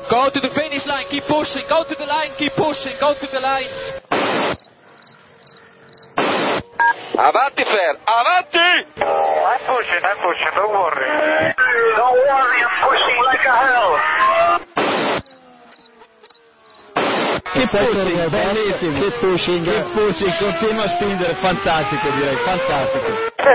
Go to the finish line, keep pushing, go to the line, keep pushing, go to the line. Avanti, Fer, avanti! I'm pushing, don't worry. Don't worry, I'm pushing like a hell. Keep pushing, bellissimo, keep pushing, continua a spingere, fantastico direi, fantastico.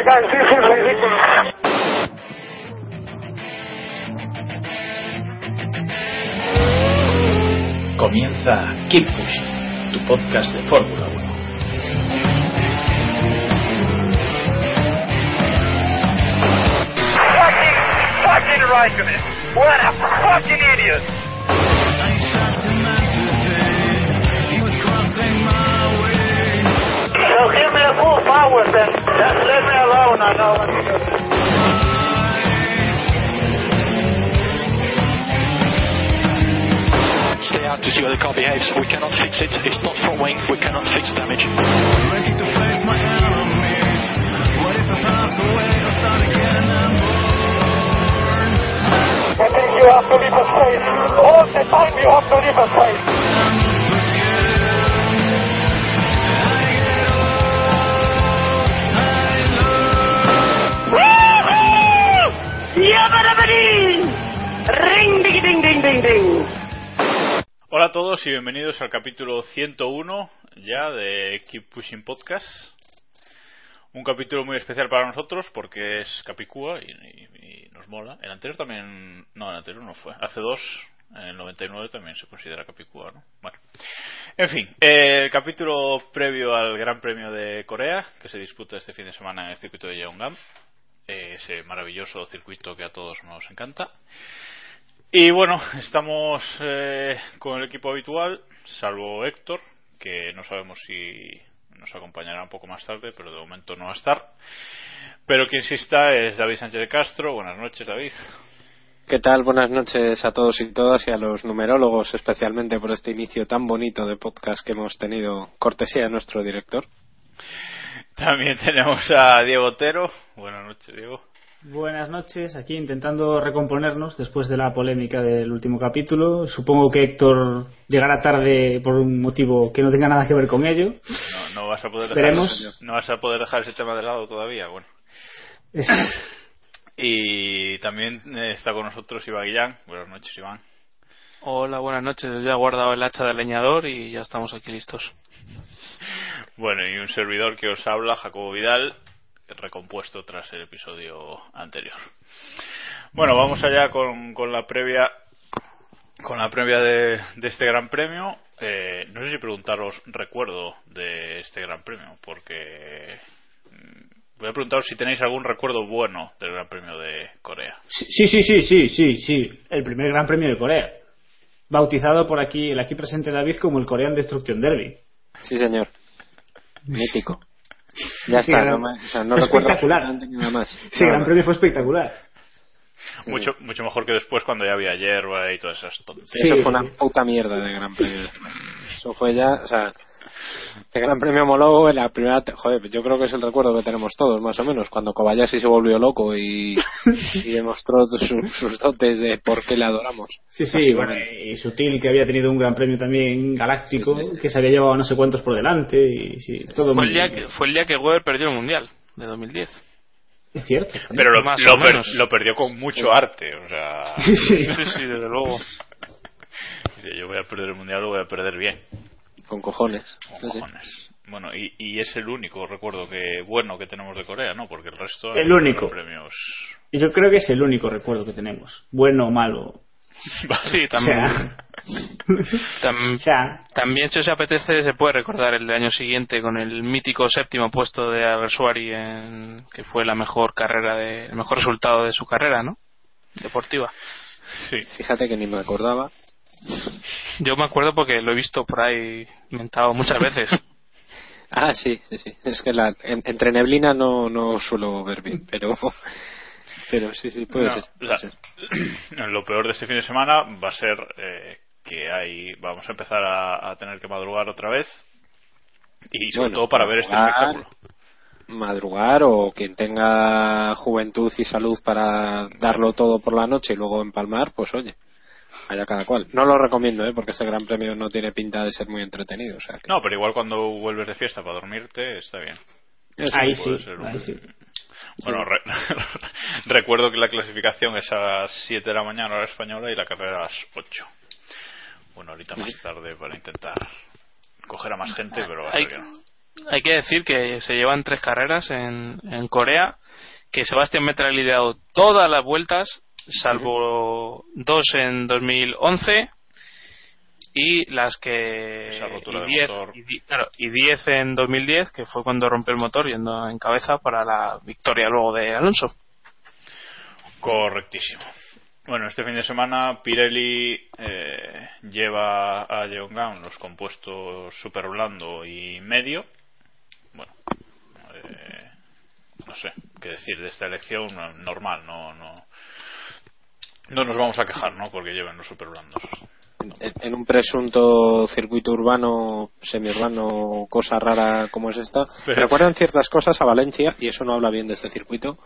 Comienza Keep Pushing, tu podcast de Fórmula 1. Fucking Raikkonen! What a fucking idiot! So give me a full power then. Just let me alone, I know what to do. Stay out to see how the car behaves. We cannot fix it. It's not front wing. We cannot fix damage. I think you have to leave a space. All the time you have to leave a space. Ring ding ding ding ding ding. Hola a todos y bienvenidos al capítulo 101 ya de Keep Pushing Podcast. Un capítulo muy especial para nosotros porque es Capicúa y nos mola. El anterior también... No, el anterior no fue. Hace dos, en el 99 también se considera Capicúa, ¿no? Bueno. En fin, el capítulo previo al Gran Premio de Corea, que se disputa este fin de semana en el circuito de Yeongan. Ese maravilloso circuito que a todos nos encanta. Y bueno, estamos con el equipo habitual, salvo Héctor, que no sabemos si nos acompañará un poco más tarde, pero de momento no va a estar. Pero quien sí está es David Sánchez de Castro. Buenas noches, David. ¿Qué tal? Buenas noches a todos y todas y a los numerólogos, especialmente por este inicio tan bonito de podcast que hemos tenido, cortesía de nuestro director. También tenemos a Diego Otero. Buenas noches, Diego. Buenas noches, aquí intentando recomponernos después de la polémica del último capítulo. Supongo que Héctor llegará tarde por un motivo que no tenga nada que ver con ello. No vas a poder dejar ese tema de lado todavía. Bueno. Y también está con nosotros Iván Guillán. Buenas noches, Iván. Hola, buenas noches. Yo he guardado el hacha de leñador y ya estamos aquí listos. Bueno, y un servidor que os habla, Jacobo Vidal, recompuesto tras el episodio anterior. Bueno, vamos allá con la previa de este Gran Premio. No sé si preguntaros recuerdo de este Gran Premio, porque voy a preguntaros si tenéis algún recuerdo bueno del Gran Premio de Corea. Sí. El primer Gran Premio de Corea, bautizado por aquí el aquí presente David como el Korean Destruction Derby. Sí, señor. Mítico. Ya está, no recuerdo nada más. Sí, el Gran Premio fue espectacular. Mucho mejor que después cuando ya había hierba y todas esas tonterías. Sí, eso fue una puta mierda de Gran Premio. Eso fue ya, o sea, el Gran Premio moló en la primera... Joder, yo creo que es el recuerdo que tenemos todos, más o menos, cuando Kobayashi se volvió loco y demostró sus dotes de por qué le adoramos. Sí, bueno, y Sutil, que había tenido un Gran Premio también galáctico, sí. Que se había llevado no sé cuántos por delante y todo. Fue el día que Webber perdió el Mundial de 2010. Es cierto. Pero lo perdió con mucho arte, o sea... Sí, desde luego. Yo voy a perder el Mundial, lo voy a perder bien. Con cojones. Sí. Bueno, y es el único recuerdo que tenemos de Corea, ¿no? Porque el resto... El único. Premios... Y yo creo que es el único recuerdo que tenemos. Bueno o malo. Sí, también. También, si os apetece, se puede recordar el del año siguiente con el mítico séptimo puesto de Alguersuari, que fue el mejor resultado de su carrera, ¿no? Deportiva. Sí. Fíjate que ni me acordaba. Yo me acuerdo porque lo he visto por ahí mentado muchas veces. Sí. Es que entre neblina no suelo ver bien, pero sí, puede ser. Lo peor de este fin de semana va a ser que vamos a empezar a tener que madrugar otra vez y sobre todo para ver este espectáculo. Madrugar, o quien tenga juventud y salud para darlo todo por la noche y luego empalmar, pues oye, allá cada cual. No lo recomiendo, porque este Gran Premio no tiene pinta de ser muy entretenido. O sea que... No, pero igual cuando vuelves de fiesta para dormirte está bien. Ahí sí. Bueno, recuerdo que la clasificación es a las 7 de la mañana hora española y la carrera a las 8. Bueno, ahorita más tarde para intentar coger a más gente, pero va a ser que no. Hay que decir que se llevan 3 carreras en Corea, que Sebastián Vettel ha liderado todas las vueltas, salvo 2 en 2011 y las que esa rotura y 10 y 10 en 2010, que fue cuando rompió el motor yendo en cabeza para la victoria luego de Alonso. Correctísimo. Bueno, este fin de semana Pirelli lleva a Jeonghan los compuestos super blando y medio. Bueno, no sé qué decir de esta elección. Normal, no nos vamos a quejar, ¿no? Porque lleven los super blandos. En un presunto circuito urbano, semiurbano, cosa rara como es esta, me recuerdan ciertas cosas a Valencia, y eso no habla bien de este circuito.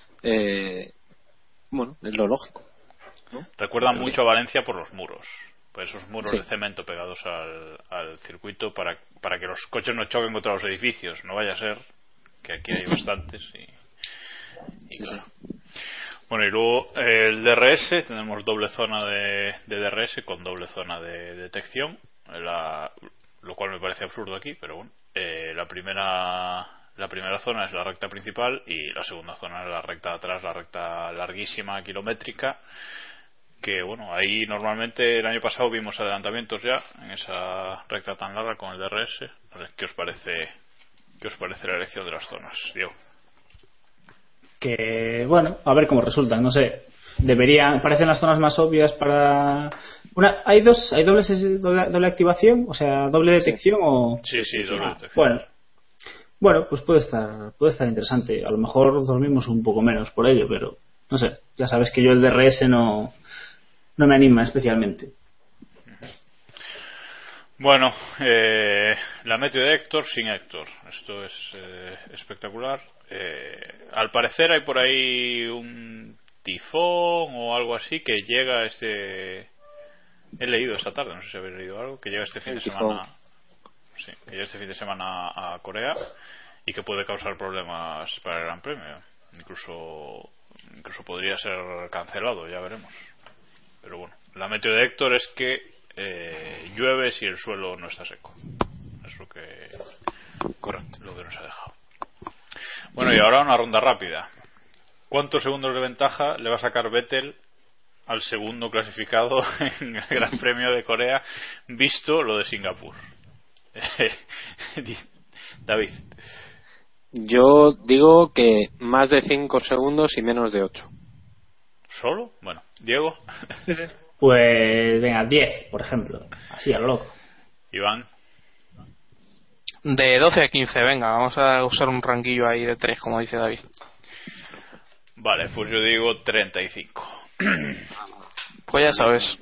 Bueno, es lo lógico, ¿no? Recuerdan mucho a Valencia por los muros, por esos muros sí, de cemento pegados al circuito para que los coches no choquen contra los edificios. No vaya a ser que aquí hay bastantes y claro. Bueno, y luego el DRS, tenemos doble zona de DRS con doble zona de detección, lo cual me parece absurdo aquí, pero bueno. La primera zona es la recta principal y la segunda zona es la recta de atrás, la recta larguísima, kilométrica, que bueno, ahí normalmente el año pasado vimos adelantamientos ya en esa recta tan larga con el DRS. No sé, ¿qué os parece la elección de las zonas, Diego? Que bueno, a ver cómo resultan, no sé, parecen las zonas más obvias para hay doble activación, o sea, doble detección, sí. O sí, doble detección. Bueno, pues puede estar interesante. A lo mejor dormimos un poco menos por ello, pero no sé, ya sabes que yo el DRS no me anima especialmente. Bueno, la meteo de Héctor sin Héctor. Esto es espectacular. Al parecer hay por ahí un tifón o algo así que llega he leído esta tarde, no sé si habéis leído algo, que llega este fin de semana. Sí, que llega este fin de semana a Corea y que puede causar problemas para el Gran Premio. Incluso podría ser cancelado, ya veremos. Pero bueno, la meteo de Héctor es que llueve si el suelo no está seco. Es lo que nos ha dejado. Bueno, y ahora una ronda rápida. ¿Cuántos segundos de ventaja le va a sacar Vettel al segundo clasificado en el Gran Premio de Corea, visto lo de Singapur? David. Yo digo que más de 5 segundos y menos de 8. ¿Solo? Bueno, Diego. Pues venga, 10, por ejemplo, así a lo loco. Iván. De 12 a 15, venga, vamos a usar un ranquillo ahí de 3, como dice David. Vale, pues yo digo 35. Pues ya sabes.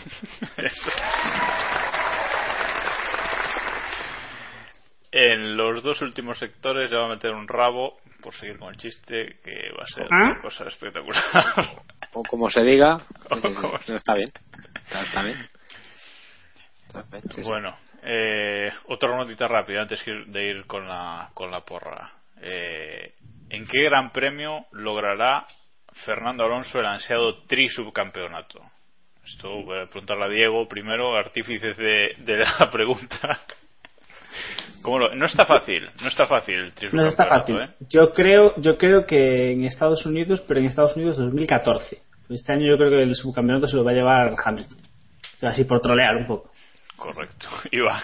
En los dos últimos sectores le va a meter un rabo, por seguir con el chiste, que va a ser una cosa espectacular. O como se diga, no, está bien. Está bien. Sí. Bueno, otra notita rápida antes de ir con la porra. ¿En qué Gran Premio logrará Fernando Alonso el ansiado tri-subcampeonato? Esto voy a preguntarle a Diego primero, artífice de la pregunta. No está fácil el tri-subcampeonato. No está fácil. Yo creo que en Estados Unidos, pero en Estados Unidos 2014. Este año yo creo que el subcampeonato se lo va a llevar Hamilton. Así por trolear un poco. Correcto. Iván.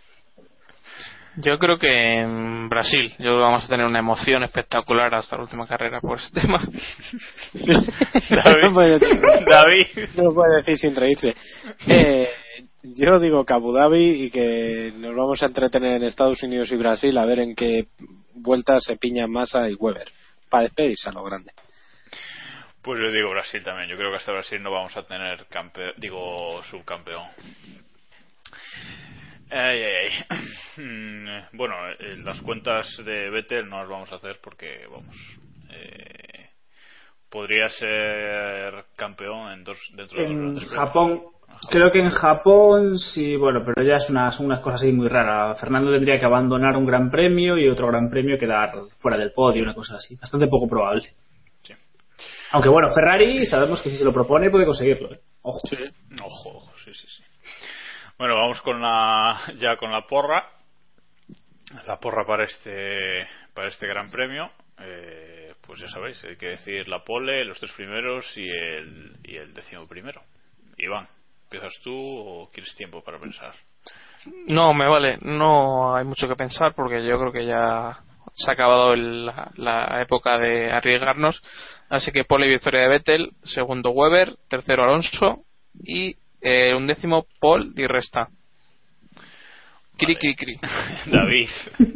Yo creo que en Brasil vamos a tener una emoción espectacular hasta la última carrera por ese tema. David. No lo puede decir sin reírse. Yo digo que Abu Dhabi y que nos vamos a entretener en Estados Unidos y Brasil a ver en qué vueltas se piñan Massa y Weber para despedirse a lo grande. Pues yo digo Brasil también. Yo creo que hasta Brasil no vamos a tener subcampeón. Bueno, las cuentas de Vettel no las vamos a hacer porque podría ser campeón dentro de 2 grandes Japón Creo que en Japón sí, bueno, pero ya son unas cosas así muy raras. Fernando tendría que abandonar un gran premio y otro gran premio quedar fuera del podio, una cosa así. Bastante poco probable. Sí. Aunque bueno, Ferrari sabemos que si se lo propone puede conseguirlo. Ojo. Sí. Ojo, sí. Bueno, vamos con la porra. La porra para este gran premio. Pues ya sabéis, hay que decir la pole, los 3 primeros y el 11º. Iván, ¿empiezas tú o quieres tiempo para pensar? No, me vale. No hay mucho que pensar porque yo creo que ya se ha acabado la época de arriesgarnos. Así que pole y victoria de Vettel, segundo Weber, tercero Alonso y 11º Paul Di Resta. Vale. Cri. David.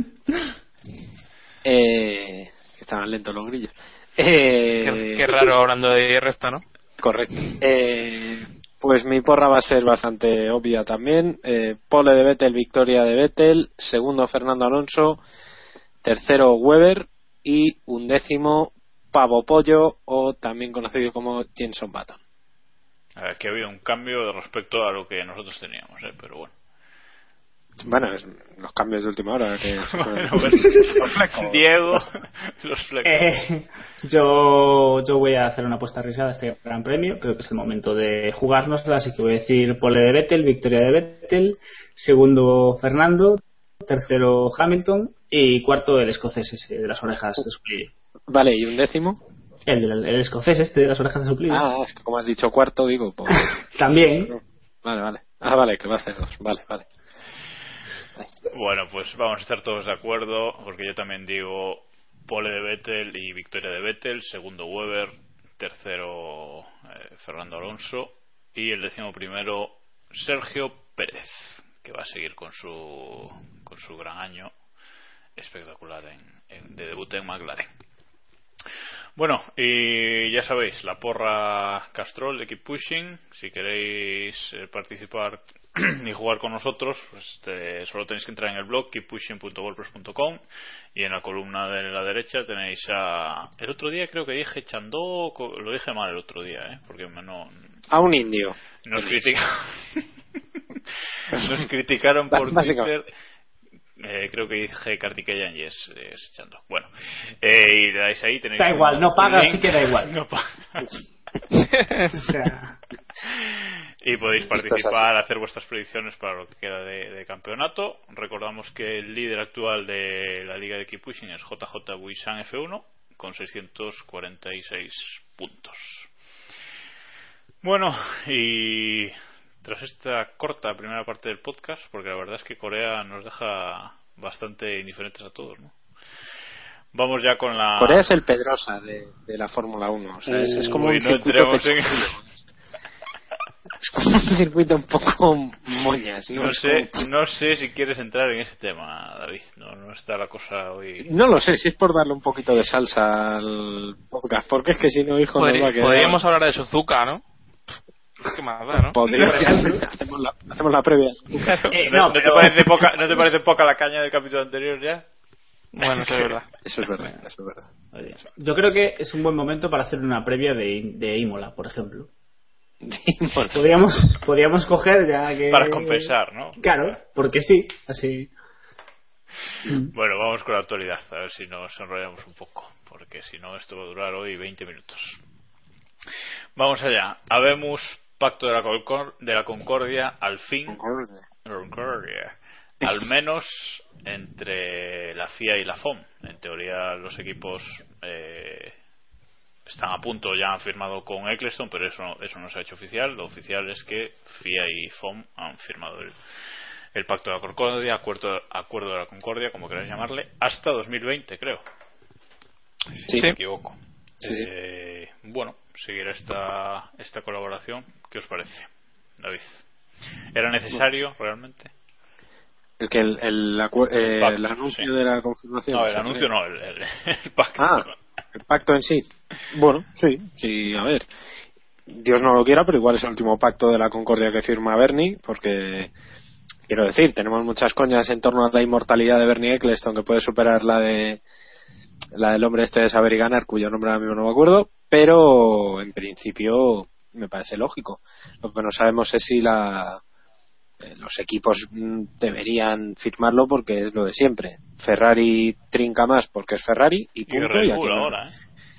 Que estaban lentos los grillos. Qué raro hablando de Di Resta, ¿no? Correcto. Pues mi porra va a ser bastante obvia también. Pole de Vettel, victoria de Vettel, segundo Fernando Alonso, tercero Weber y 11º Pavo Pollo, o también conocido como Jenson Button. A ver, que ha habido un cambio respecto a lo que nosotros teníamos, pero bueno. Bueno, los cambios de última hora que Diego, los flecos. Yo voy a hacer una apuesta arriesgada a este gran premio. Creo que es el momento de jugárnosla, así que voy a decir pole de Vettel, victoria de Vettel, segundo Fernando, tercero Hamilton y cuarto el escocés ese de las orejas de suplillo. Vale, ¿y 11º? El escocés este de las orejas de suplillo. Es que como has dicho cuarto, digo pues... También. Vale. Vale, que va a hacer 2. Vale. Bueno, pues vamos a estar todos de acuerdo, porque yo también digo pole de Vettel y victoria de Vettel, segundo Weber, tercero Fernando Alonso y el 11º Sergio Pérez, que va a seguir con su gran año espectacular de debut en McLaren. Bueno, y ya sabéis, la porra Castrol de Keep Pushing. Si queréis participar y jugar con nosotros, pues solo tenéis que entrar en el blog keeppushing.wordpress.com y en la columna de la derecha tenéis el otro día creo que dije Chandó, lo dije mal el otro día, porque a un indio nos criticaron por Twitter. Creo que dije Kartikeyan y es Chando. Bueno, y le dais ahí, tenéis. Da igual, no paga, sí que da igual. No paga. O sea... Y podéis participar, hacer vuestras predicciones para lo que queda de campeonato. Recordamos que el líder actual de la liga de Keep Pushing es JJ Buisan F1 con 646 puntos. Bueno, y tras esta corta primera parte del podcast, porque la verdad es que Corea nos deja bastante indiferentes a todos, ¿no? Vamos ya con la... Corea es el Pedrosa de la Fórmula 1, o sea, es como un circuito es como un circuito un poco moñas, ¿no? No sé si quieres entrar en ese tema, David. No está la cosa hoy. No lo sé, si es por darle un poquito de salsa al podcast, porque es que si no, hijo, no va a quedar. Podríamos hablar de Suzuka, ¿no? ¿Qué más da, no? Hacemos la previa. ¿No te parece poca la caña del capítulo anterior ya? Bueno, eso es verdad. Eso es verdad. Yo creo que es un buen momento para hacer una previa de Imola, por ejemplo. Podríamos coger ya que... Para compensar, ¿no? Claro, porque sí, así. Bueno, vamos con la actualidad, a ver si nos enrollamos un poco, porque si no esto va a durar hoy 20 minutos. Vamos allá. Habemos Pacto de la Concordia, al fin. Concordia. Al menos entre la FIA y la FOM. En teoría los equipos están a punto, ya han firmado con Eccleston, pero eso no se ha hecho oficial. Lo oficial es que FIA y FOM han firmado el Pacto de la Concordia, acuerdo de la Concordia, como queráis llamarle, hasta 2020, creo. Sí. Si me equivoco. Sí. Bueno, seguir esta colaboración, ¿qué os parece, David? ¿Era necesario realmente? El anuncio, sí, de la confirmación. No, el anuncio no, el pacto. El pacto en sí. Bueno, sí, a ver. Dios no lo quiera, pero igual es el último pacto de la Concordia que firma Bernie, porque quiero decir, tenemos muchas coñas en torno a la inmortalidad de Bernie Eccleston, que puede superar la del hombre este de Saber y Ganar, cuyo nombre ahora mismo no me acuerdo, pero en principio me parece lógico. Lo que no sabemos es si los equipos deberían firmarlo, porque es lo de siempre. Ferrari trinca más porque es Ferrari y punto. Y Red y aquí Bull no. ahora,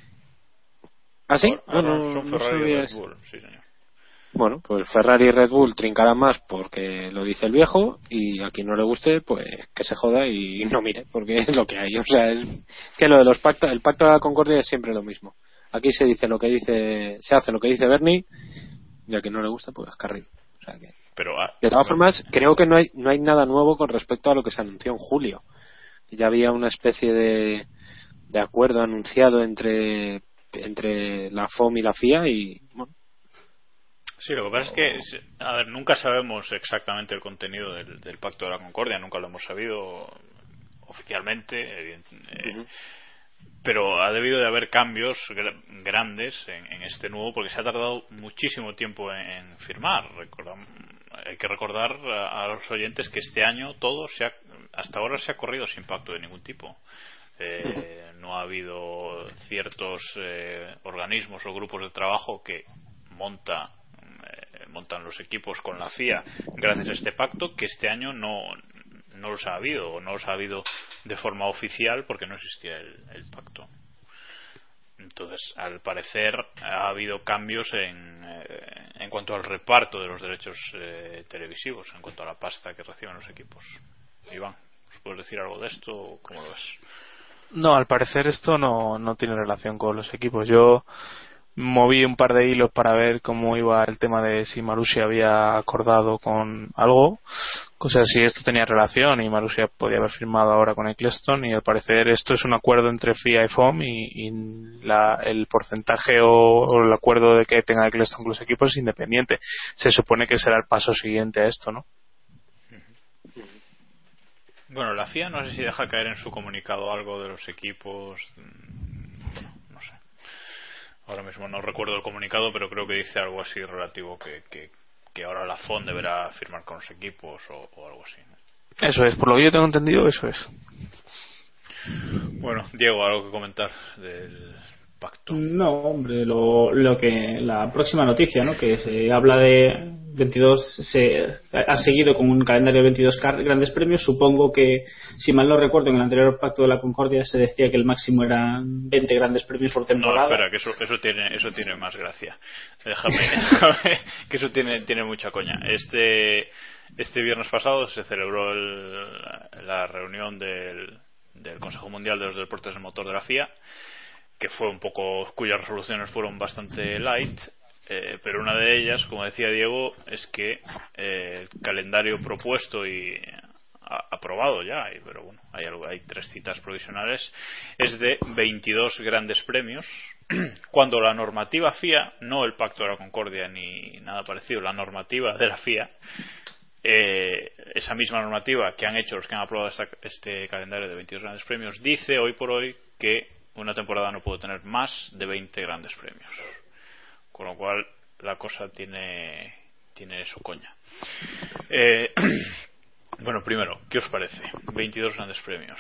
¿Ah, sí? Ahora No, son no Ferrari y sabía Red eso. Bull, sí señor. Bueno, pues Ferrari y Red Bull trincarán más porque lo dice el viejo, y a quien no le guste, pues que se joda y no mire, porque es lo que hay. O sea, es que lo de los pactos, el pacto de la concordia es siempre lo mismo. Aquí se hace lo que dice Bernie, y a quien no le gusta, pues carril. O sea que, pero de todas formas, creo que no hay nada nuevo con respecto a lo que se anunció en julio. Ya había una especie de acuerdo anunciado entre la FOM y la FIA, y bueno. Sí, lo que pasa es que, a ver, nunca sabemos exactamente el contenido del Pacto de la Concordia, nunca lo hemos sabido oficialmente, pero ha debido de haber cambios grandes en este nuevo, porque se ha tardado muchísimo tiempo en firmar. Hay que recordar a los oyentes que este año hasta ahora se ha corrido sin pacto de ningún tipo. No ha habido ciertos organismos o grupos de trabajo que montan los equipos con la FIA gracias a este pacto, que este año no los ha habido, o no los ha habido de forma oficial porque no existía el pacto. Entonces, al parecer ha habido cambios en cuanto al reparto de los derechos televisivos, en cuanto a la pasta que reciben los equipos. Iván, ¿os puedes decir algo de esto o cómo lo ves? No, al parecer esto no tiene relación con los equipos. Yo moví un par de hilos para ver cómo iba el tema de si Marussia había acordado con algo, o sea, si esto tenía relación y Marussia podía haber firmado ahora con Eccleston, y al parecer esto es un acuerdo entre FIA y FOM, y el porcentaje o el acuerdo de que tenga Eccleston con los equipos es independiente. Se supone que será el paso siguiente a esto, ¿no? Bueno, la FIA no sé si deja caer en su comunicado algo de los equipos. No sé. Ahora mismo no recuerdo el comunicado, pero creo que dice algo así relativo que ahora la FON deberá firmar con los equipos o algo así, ¿no? Eso es, por lo que yo tengo entendido, eso es. Bueno, Diego, ¿algo que comentar del pacto? No, hombre, lo que la próxima noticia, ¿no? Que se habla de 22, se ha seguido con un calendario de 22 grandes premios. Supongo que, si mal no recuerdo, en el anterior Pacto de la Concordia se decía que el máximo eran 20 grandes premios por temporada. No, espera, que eso tiene más gracia. Déjame que eso tiene mucha coña. Este viernes pasado se celebró la reunión del Consejo Mundial de los Deportes de Motor de la FIA, que fue cuyas resoluciones fueron bastante light. Pero una de ellas, como decía Diego, es que el calendario propuesto y aprobado ya, pero bueno, hay 3 citas provisionales, es de 22 grandes premios, cuando la normativa FIA, no el Pacto de la Concordia ni nada parecido, la normativa de la FIA, esa misma normativa que han hecho los que han aprobado este calendario de 22 grandes premios, dice hoy por hoy que una temporada no puede tener más de 20 grandes premios. Con lo cual la cosa tiene su coña. Bueno, primero, ¿qué os parece? 22 grandes premios.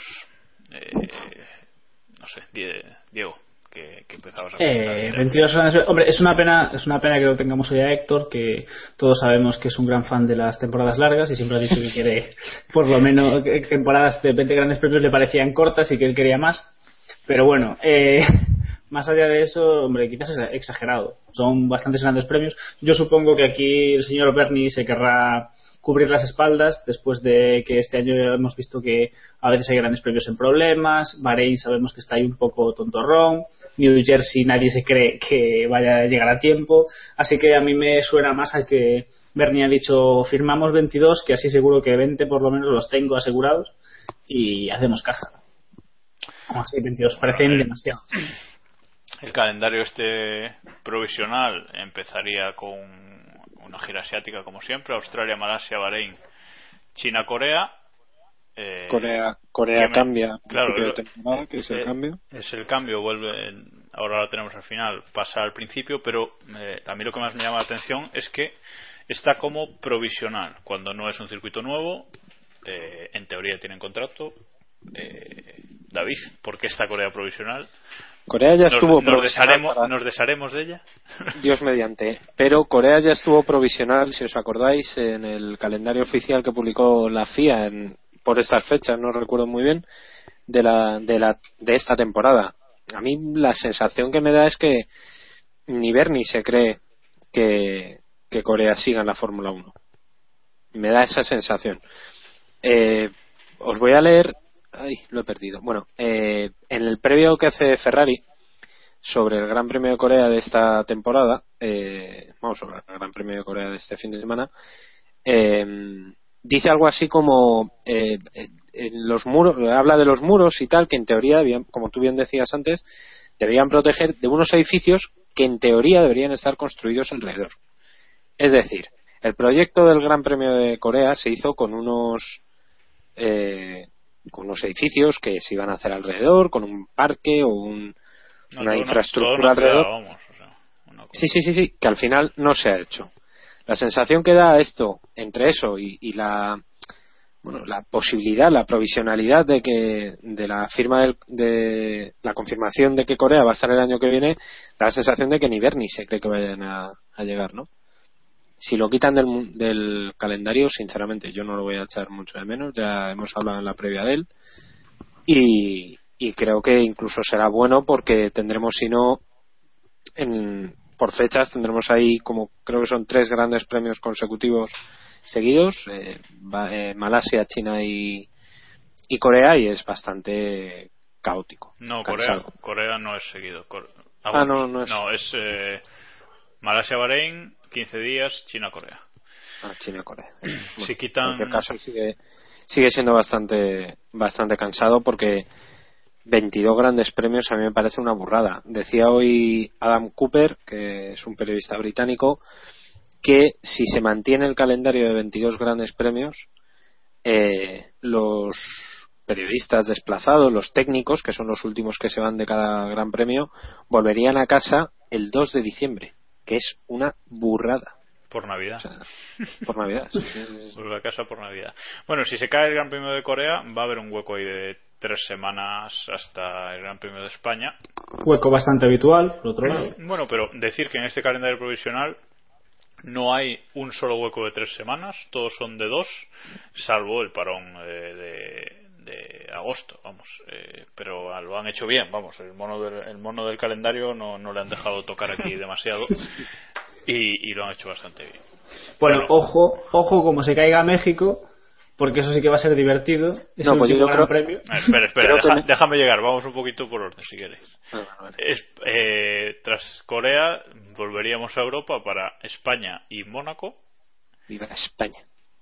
No sé, Diego, que empezabas a comentar. 22 grandes. Hombre, es una pena que lo tengamos hoy a Héctor, que todos sabemos que es un gran fan de las temporadas largas y siempre ha dicho que quiere, por lo menos, que temporadas de 20 grandes premios le parecían cortas y que él quería más. Pero bueno, más allá de eso, hombre, quizás es exagerado. Son bastantes grandes premios. Yo supongo que aquí el señor Bernie se querrá cubrir las espaldas después de que este año hemos visto que a veces hay grandes premios en problemas. Bahrein sabemos que está ahí un poco tontorrón. New Jersey nadie se cree que vaya a llegar a tiempo. Así que a mí me suena más a que Bernie ha dicho firmamos 22, que así seguro que 20 por lo menos los tengo asegurados y hacemos caja. Así 22 parecen demasiado. El calendario provisional empezaría con una gira asiática como siempre: Australia, Malasia, Bahrein, China, Corea. Corea cambia, claro, de temporada, que es el cambio. Es el cambio, ahora lo tenemos al final, pasa al principio, pero a mí lo que más me llama la atención es que está como provisional, cuando no es un circuito nuevo. En teoría tienen contrato, David, ¿por qué esta Corea provisional? Corea ya estuvo provisional. ¿Nos desharemos de ella? Dios mediante. Pero Corea ya estuvo provisional, si os acordáis, en el calendario oficial que publicó la FIA por estas fechas, no recuerdo muy bien, de esta temporada. A mí la sensación que me da es que ni Bernie se cree que Corea siga en la Fórmula 1. Me da esa sensación. Os voy a leer. Ay, lo he perdido. Bueno, en el previo que hace Ferrari sobre el Gran Premio de Corea de esta temporada, sobre el Gran Premio de Corea de este fin de semana, dice algo así como en los muros, habla de los muros y tal, que en teoría, como tú bien decías antes, deberían proteger de unos edificios que en teoría deberían estar construidos alrededor. Es decir, el proyecto del Gran Premio de Corea se hizo con unos edificios que se iban a hacer alrededor, con un parque o una infraestructura alrededor. Sí, que al final no se ha hecho. La sensación que da esto, entre eso y la posibilidad, la provisionalidad de la firma de la confirmación de que Corea va a estar el año que viene, da la sensación de que ni Bernie se cree que vayan a llegar, ¿no? Si lo quitan del calendario, sinceramente yo no lo voy a echar mucho de menos, ya hemos hablado en la previa de él y creo que incluso será bueno porque tendremos, si no, por fechas tendremos ahí, como creo que son 3 grandes premios consecutivos seguidos, Malasia, China y Corea, y es bastante caótico. No, cansado. Corea no es seguido. No es. No, es Malasia, Bahrein, 15 días, China, Corea. China, Corea. Bueno, si quitan... En cualquier caso sigue siendo bastante cansado porque 22 grandes premios a mí me parece una burrada. Decía hoy Adam Cooper, que es un periodista británico, que si se mantiene el calendario de 22 grandes premios, los periodistas desplazados, los técnicos, que son los últimos que se van de cada gran premio, volverían a casa el 2 de diciembre, que es una burrada. Por Navidad. O sea, por Navidad. Sí. Vuelve a casa por Navidad. Bueno, si se cae el Gran Premio de Corea, va a haber un hueco ahí de 3 semanas hasta el Gran Premio de España. Hueco bastante habitual, por otro lado. Bueno, pero decir que en este calendario provisional no hay un solo hueco de 3 semanas, todos son de 2, salvo el parón de agosto, vamos. Pero lo han hecho bien, vamos. El mono del calendario no le han dejado tocar aquí demasiado. Y lo han hecho bastante bien. Bueno, ojo como se caiga México, porque eso sí que va a ser divertido. Es el último Gran Premio. Espera, déjame llegar, vamos un poquito por orden si queréis. Tras Corea volveríamos a Europa para España y Mónaco. Viva España.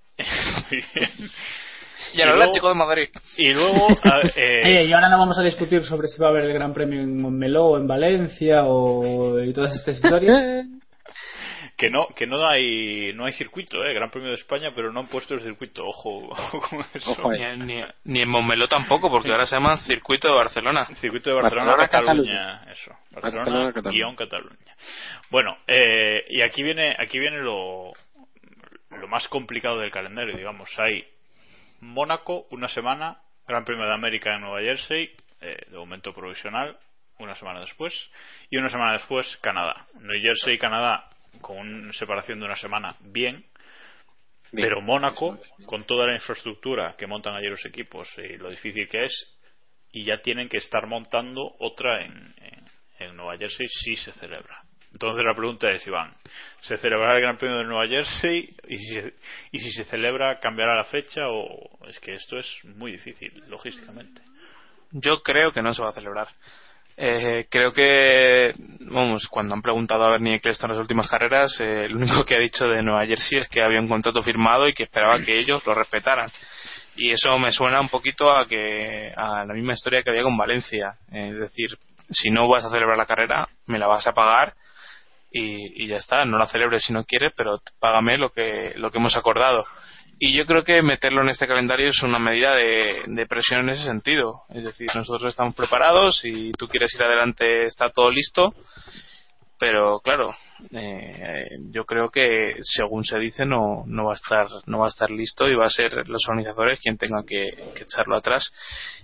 Y el Atlético de Madrid. Y luego y ahora no vamos a discutir sobre si va a haber el Gran Premio en Montmeló o en Valencia y todas estas historias. Que no hay circuito, Gran Premio de España, pero no han puesto el circuito. Ojo con eso. Ojo, ni en Montmeló tampoco, porque ahora se llama Circuito de Barcelona. Circuito de Barcelona, Cataluña. Eso. Barcelona, Cataluña. Bueno, y aquí viene lo más complicado del calendario, digamos. Hay Mónaco una semana, Gran Premio de América en Nueva Jersey, de momento provisional, una semana después, y una semana después Canadá. Nueva Jersey y Canadá con una separación de una semana bien, pero Mónaco con toda la infraestructura que montan allí los equipos y lo difícil que es, y ya tienen que estar montando otra en Nueva Jersey si se celebra. Entonces la pregunta es, Iván, ¿se celebrará el Gran Premio de Nueva Jersey? Y si se celebra, ¿cambiará la fecha? O es que esto es muy difícil logísticamente. Yo creo que no se va a celebrar. Creo que, cuando han preguntado a Bernie Ecclestone en las últimas carreras, lo único que ha dicho de Nueva Jersey es que había un contrato firmado y que esperaba que ellos lo respetaran. Y eso me suena un poquito a la misma historia que había con Valencia. Es decir, si no vas a celebrar la carrera, me la vas a pagar y ya está. No la celebres si no quieres, pero págame lo que hemos acordado. Y yo creo que meterlo en este calendario es una medida de presión en ese sentido. Es decir, nosotros estamos preparados y tú quieres ir adelante, está todo listo. Pero claro, yo creo que según se dice no va a estar listo y va a ser los organizadores quien tenga que echarlo atrás.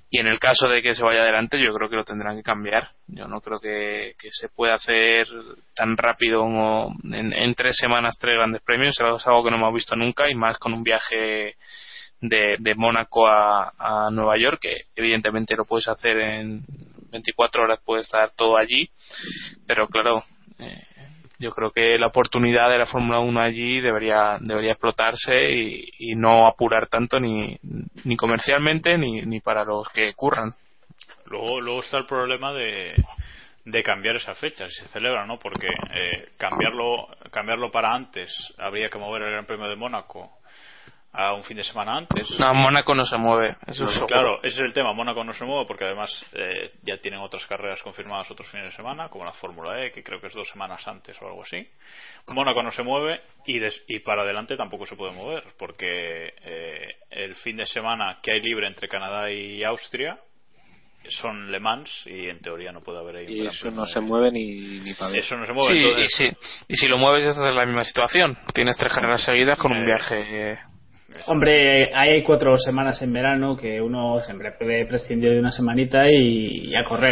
y en el caso de que se vaya adelante yo creo que lo tendrán que cambiar. Yo no creo que se pueda hacer tan rápido como en 3 semanas 3 grandes premios. Es algo que no hemos visto nunca, y más con un viaje de Mónaco a Nueva York, que evidentemente lo puedes hacer en 24 horas, puede estar todo allí, pero claro, yo creo que la oportunidad de la Fórmula 1 allí debería explotarse y no apurar tanto ni comercialmente ni para los que curran. Luego está el problema de cambiar esa fecha si se celebra, ¿no? Porque cambiarlo para antes, habría que mover el Gran Premio de Mónaco a un fin de semana antes. No, Mónaco no se mueve, eso es claro, ese es el tema. Mónaco no se mueve porque además ya tienen otras carreras confirmadas otros fines de semana, como la Fórmula E, que creo que es 2 semanas antes o algo así. Mónaco no se mueve y para adelante tampoco se puede mover, porque el fin de semana que hay libre entre Canadá y Austria son Le Mans, y en teoría no puede haber ahí y eso no se mueve ni para ver. Eso no se mueve. Sí, Entonces... y si lo mueves estás en la misma situación, tienes 3 carreras seguidas con un viaje. Hombre, hay 4 semanas en verano que uno siempre puede prescindir de una semanita y a correr.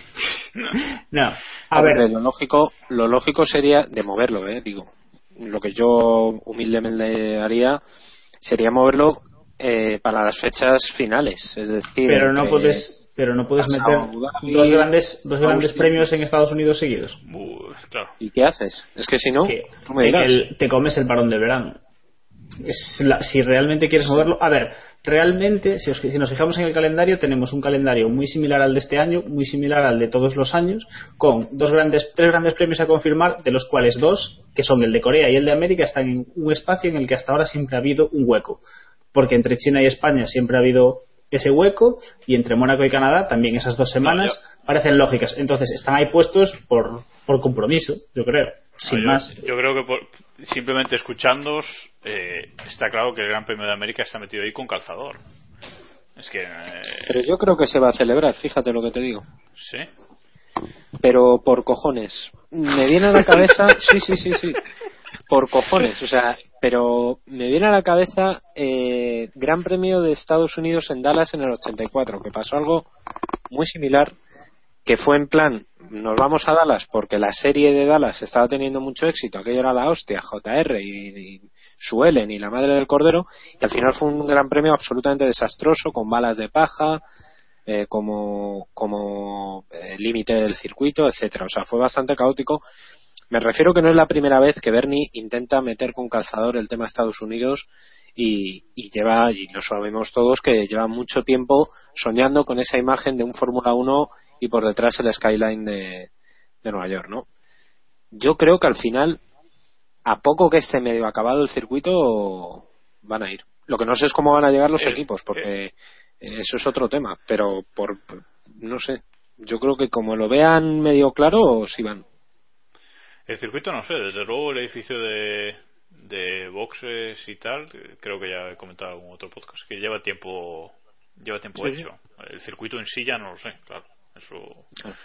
No, a ver. Lo lógico sería de moverlo, digo. Lo que yo humildemente haría sería moverlo para las fechas finales, es decir. Pero no puedes meter dos grandes premios en Estados Unidos seguidos. Claro. ¿Y qué haces? Es que si no, tú me dirás. Te comes el parón de verano. Si realmente quieres moverlo, a ver, realmente si nos fijamos en el calendario, tenemos un calendario muy similar al de este año, muy similar al de todos los años, con 3 grandes premios a confirmar, de los cuales 2, que son el de Corea y el de América, están en un espacio en el que hasta ahora siempre ha habido un hueco, porque entre China y España siempre ha habido ese hueco, y entre Mónaco y Canadá también esas 2 semanas parecen lógicas. Entonces están ahí puestos por compromiso, yo creo, sin más. Yo creo que simplemente escuchándoos está claro que el Gran Premio de América está metido ahí con calzador. Es que pero yo creo que se va a celebrar, fíjate lo que te digo. Sí. Pero por cojones me viene a la cabeza sí por cojones, o sea, pero me viene a la cabeza Gran Premio de Estados Unidos en Dallas en el 84, que pasó algo muy similar, que fue en plan, nos vamos a Dallas porque la serie de Dallas estaba teniendo mucho éxito, aquello era la hostia, JR y Suelen y la madre del cordero, y al final fue un Gran Premio absolutamente desastroso, con balas de paja, como límite del circuito, etcétera. O sea, fue bastante caótico. Me refiero que no es la primera vez que Bernie intenta meter con calzador el tema Estados Unidos y lleva, y lo sabemos todos, que lleva mucho tiempo soñando con esa imagen de un Fórmula 1 y por detrás el skyline de Nueva York, ¿no? Yo creo que al final, a poco que esté medio acabado el circuito, van a ir. Lo que no sé es cómo van a llegar los equipos, porque eso es otro tema, pero no sé, yo creo que como lo vean medio claro, sí van. El circuito no sé, desde luego el edificio de boxes y tal, creo que ya he comentado en algún otro podcast, que lleva tiempo hecho. El circuito en sí ya no lo sé, claro, eso. Claro.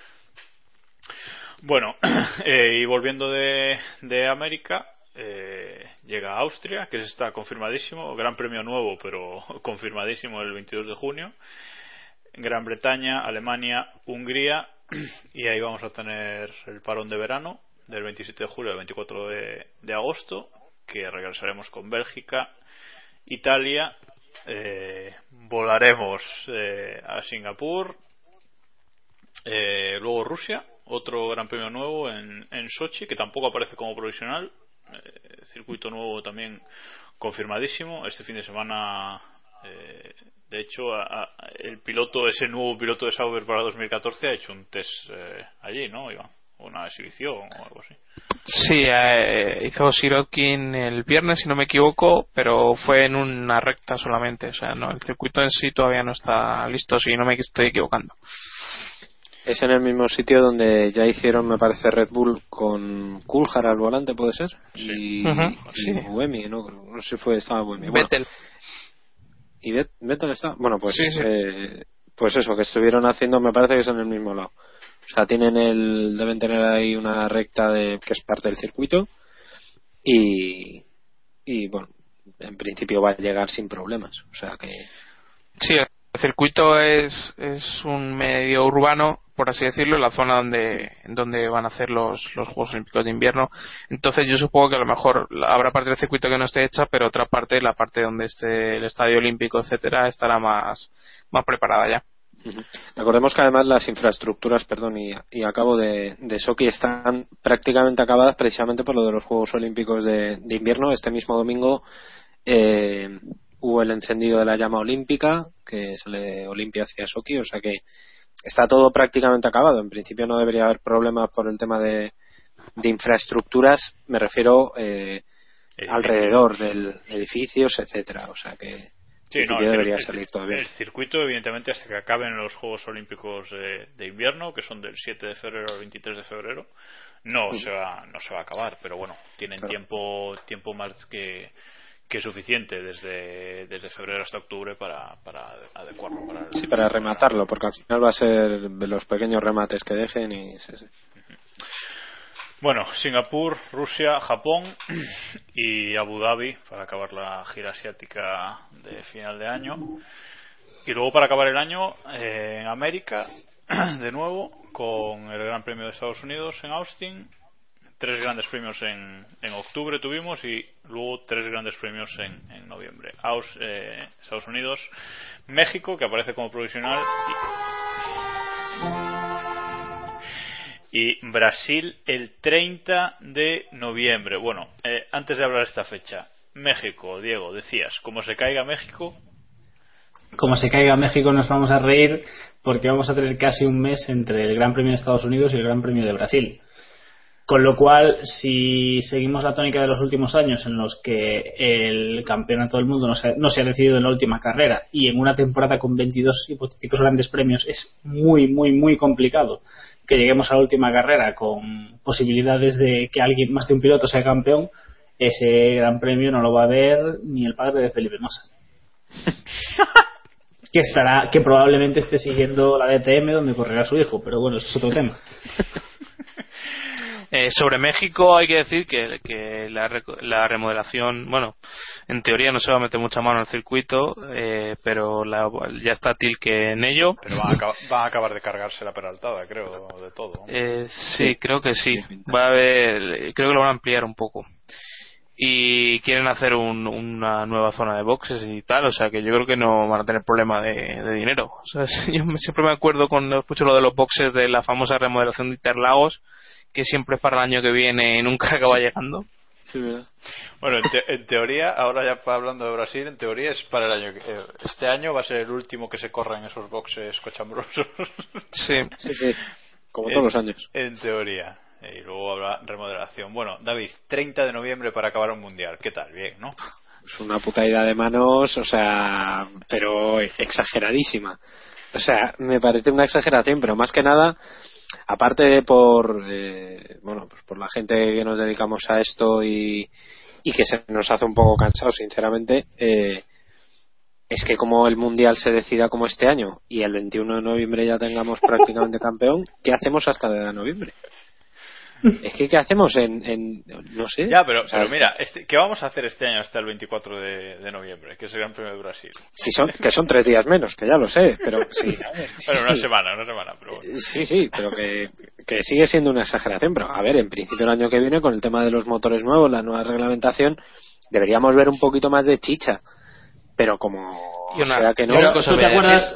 Bueno, y volviendo de América, llega a Austria, que está confirmadísimo, Gran Premio nuevo, pero confirmadísimo el 22 de junio, Gran Bretaña, Alemania, Hungría, y ahí vamos a tener el parón de verano del 27 de julio al 24 de agosto, que regresaremos con Bélgica, Italia, volaremos a Singapur, luego Rusia, otro Gran Premio nuevo en Sochi, que tampoco aparece como provisional, circuito nuevo también confirmadísimo. Este fin de semana, de hecho, ese nuevo piloto de Sauber para 2014 ha hecho un test allí, ¿no, Iván? Una exhibición o algo así. Sí, hizo Sirotkin el viernes, si no me equivoco, pero fue en una recta solamente. O sea, no, el circuito en sí todavía no está listo, si no me estoy equivocando. Es en el mismo sitio donde ya hicieron, me parece, Red Bull con Coulthard al volante, ¿puede ser? Sí. Y Buemi, no sé si estaba Buemi. Vettel. ¿Y Vettel está? Bueno, pues sí. pues eso, que estuvieron haciendo, me parece que es en el mismo lado. O sea, deben tener ahí una recta que es parte del circuito y bueno, en principio va a llegar sin problemas. O sea que... Sí, El circuito es un medio urbano, por así decirlo, la zona donde van a hacer los Juegos Olímpicos de Invierno. Entonces yo supongo que a lo mejor habrá parte del circuito que no esté hecha, pero otra parte, la parte donde esté el Estadio Olímpico, etcétera, estará más preparada ya. Recordemos que además las infraestructuras, y acabo de Sochi están prácticamente acabadas precisamente por lo de los Juegos Olímpicos de Invierno. Este mismo domingo hubo el encendido de la llama olímpica que sale de Olimpia hacia Sochi, o sea que está todo prácticamente acabado. En principio no debería haber problemas por el tema de infraestructuras, me refiero alrededor del edificios, etcétera, o sea que sí, debería salir todo bien. El circuito, evidentemente, hasta que acaben los Juegos Olímpicos de Invierno, que son del 7 de febrero al 23 de febrero, no se va a acabar, pero bueno, tienen tiempo más que suficiente desde febrero hasta octubre para adecuarlo para rematarlo, porque al final va a ser de los pequeños remates que dejen y sí. Bueno, Singapur, Rusia, Japón y Abu Dhabi para acabar la gira asiática de final de año. Y luego para acabar el año en América, de nuevo, con el Gran Premio de Estados Unidos en Austin. 3 grandes premios en octubre tuvimos y luego 3 grandes premios en noviembre. Estados Unidos, México, que aparece como provisional, y Brasil el 30 de noviembre. Bueno, antes de hablar de esta fecha, México, Diego, decías, como se caiga México... Como se caiga México nos vamos a reír porque vamos a tener casi un mes entre el Gran Premio de Estados Unidos y el Gran Premio de Brasil. Con lo cual, si seguimos la tónica de los últimos años en los que el campeonato del mundo no se ha decidido en la última carrera y en una temporada con 22 hipotéticos grandes premios es muy, muy, muy complicado que lleguemos a la última carrera con posibilidades de que alguien más de un piloto sea campeón, ese gran premio no lo va a ver ni el padre de Felipe Massa. que probablemente esté siguiendo la DTM donde correrá su hijo, pero bueno, eso es otro tema. Sobre México hay que decir que la remodelación, bueno, en teoría no se va a meter mucha mano en el circuito, pero ya está Tilke en ello. Pero va a acabar de cargarse la peraltada, creo, de todo. Sí, creo que sí. Va a haber, creo que lo van a ampliar un poco. Y quieren hacer una nueva zona de boxes y tal, o sea que yo creo que no van a tener problema de dinero. O sea, yo siempre me acuerdo cuando escucho lo de los boxes de la famosa remodelación de Interlagos, que siempre es para el año que viene y nunca acaba llegando. Sí, ¿verdad? Bueno, en teoría, ahora ya hablando de Brasil, en teoría es para el año este año va a ser el último que se corra en esos boxes cochambrosos. Sí, como todos los años. En teoría. Y luego habrá remodelación. Bueno, David, 30 de noviembre para acabar un mundial. ¿Qué tal? Bien, ¿no? Es una puta idea de manos, o sea, pero exageradísima. O sea, me parece una exageración, pero más que nada, aparte de por la gente que nos dedicamos a esto y que se nos hace un poco cansado, sinceramente, es que como el mundial se decida como este año y el 21 de noviembre ya tengamos prácticamente campeón, ¿qué hacemos hasta de noviembre? Es que ¿qué hacemos no sé? Ya, pero mira, ¿qué vamos a hacer este año hasta el 24 de noviembre, que es el Gran Premio de Brasil? Que son 3 días menos, que ya lo sé, pero sí. Bueno, una semana, pero bueno. Sí, pero que sigue siendo una exageración, pero a ver, en principio el año que viene con el tema de los motores nuevos, la nueva reglamentación, deberíamos ver un poquito más de chicha, pero como sea que no. ¿Tú te acuerdas?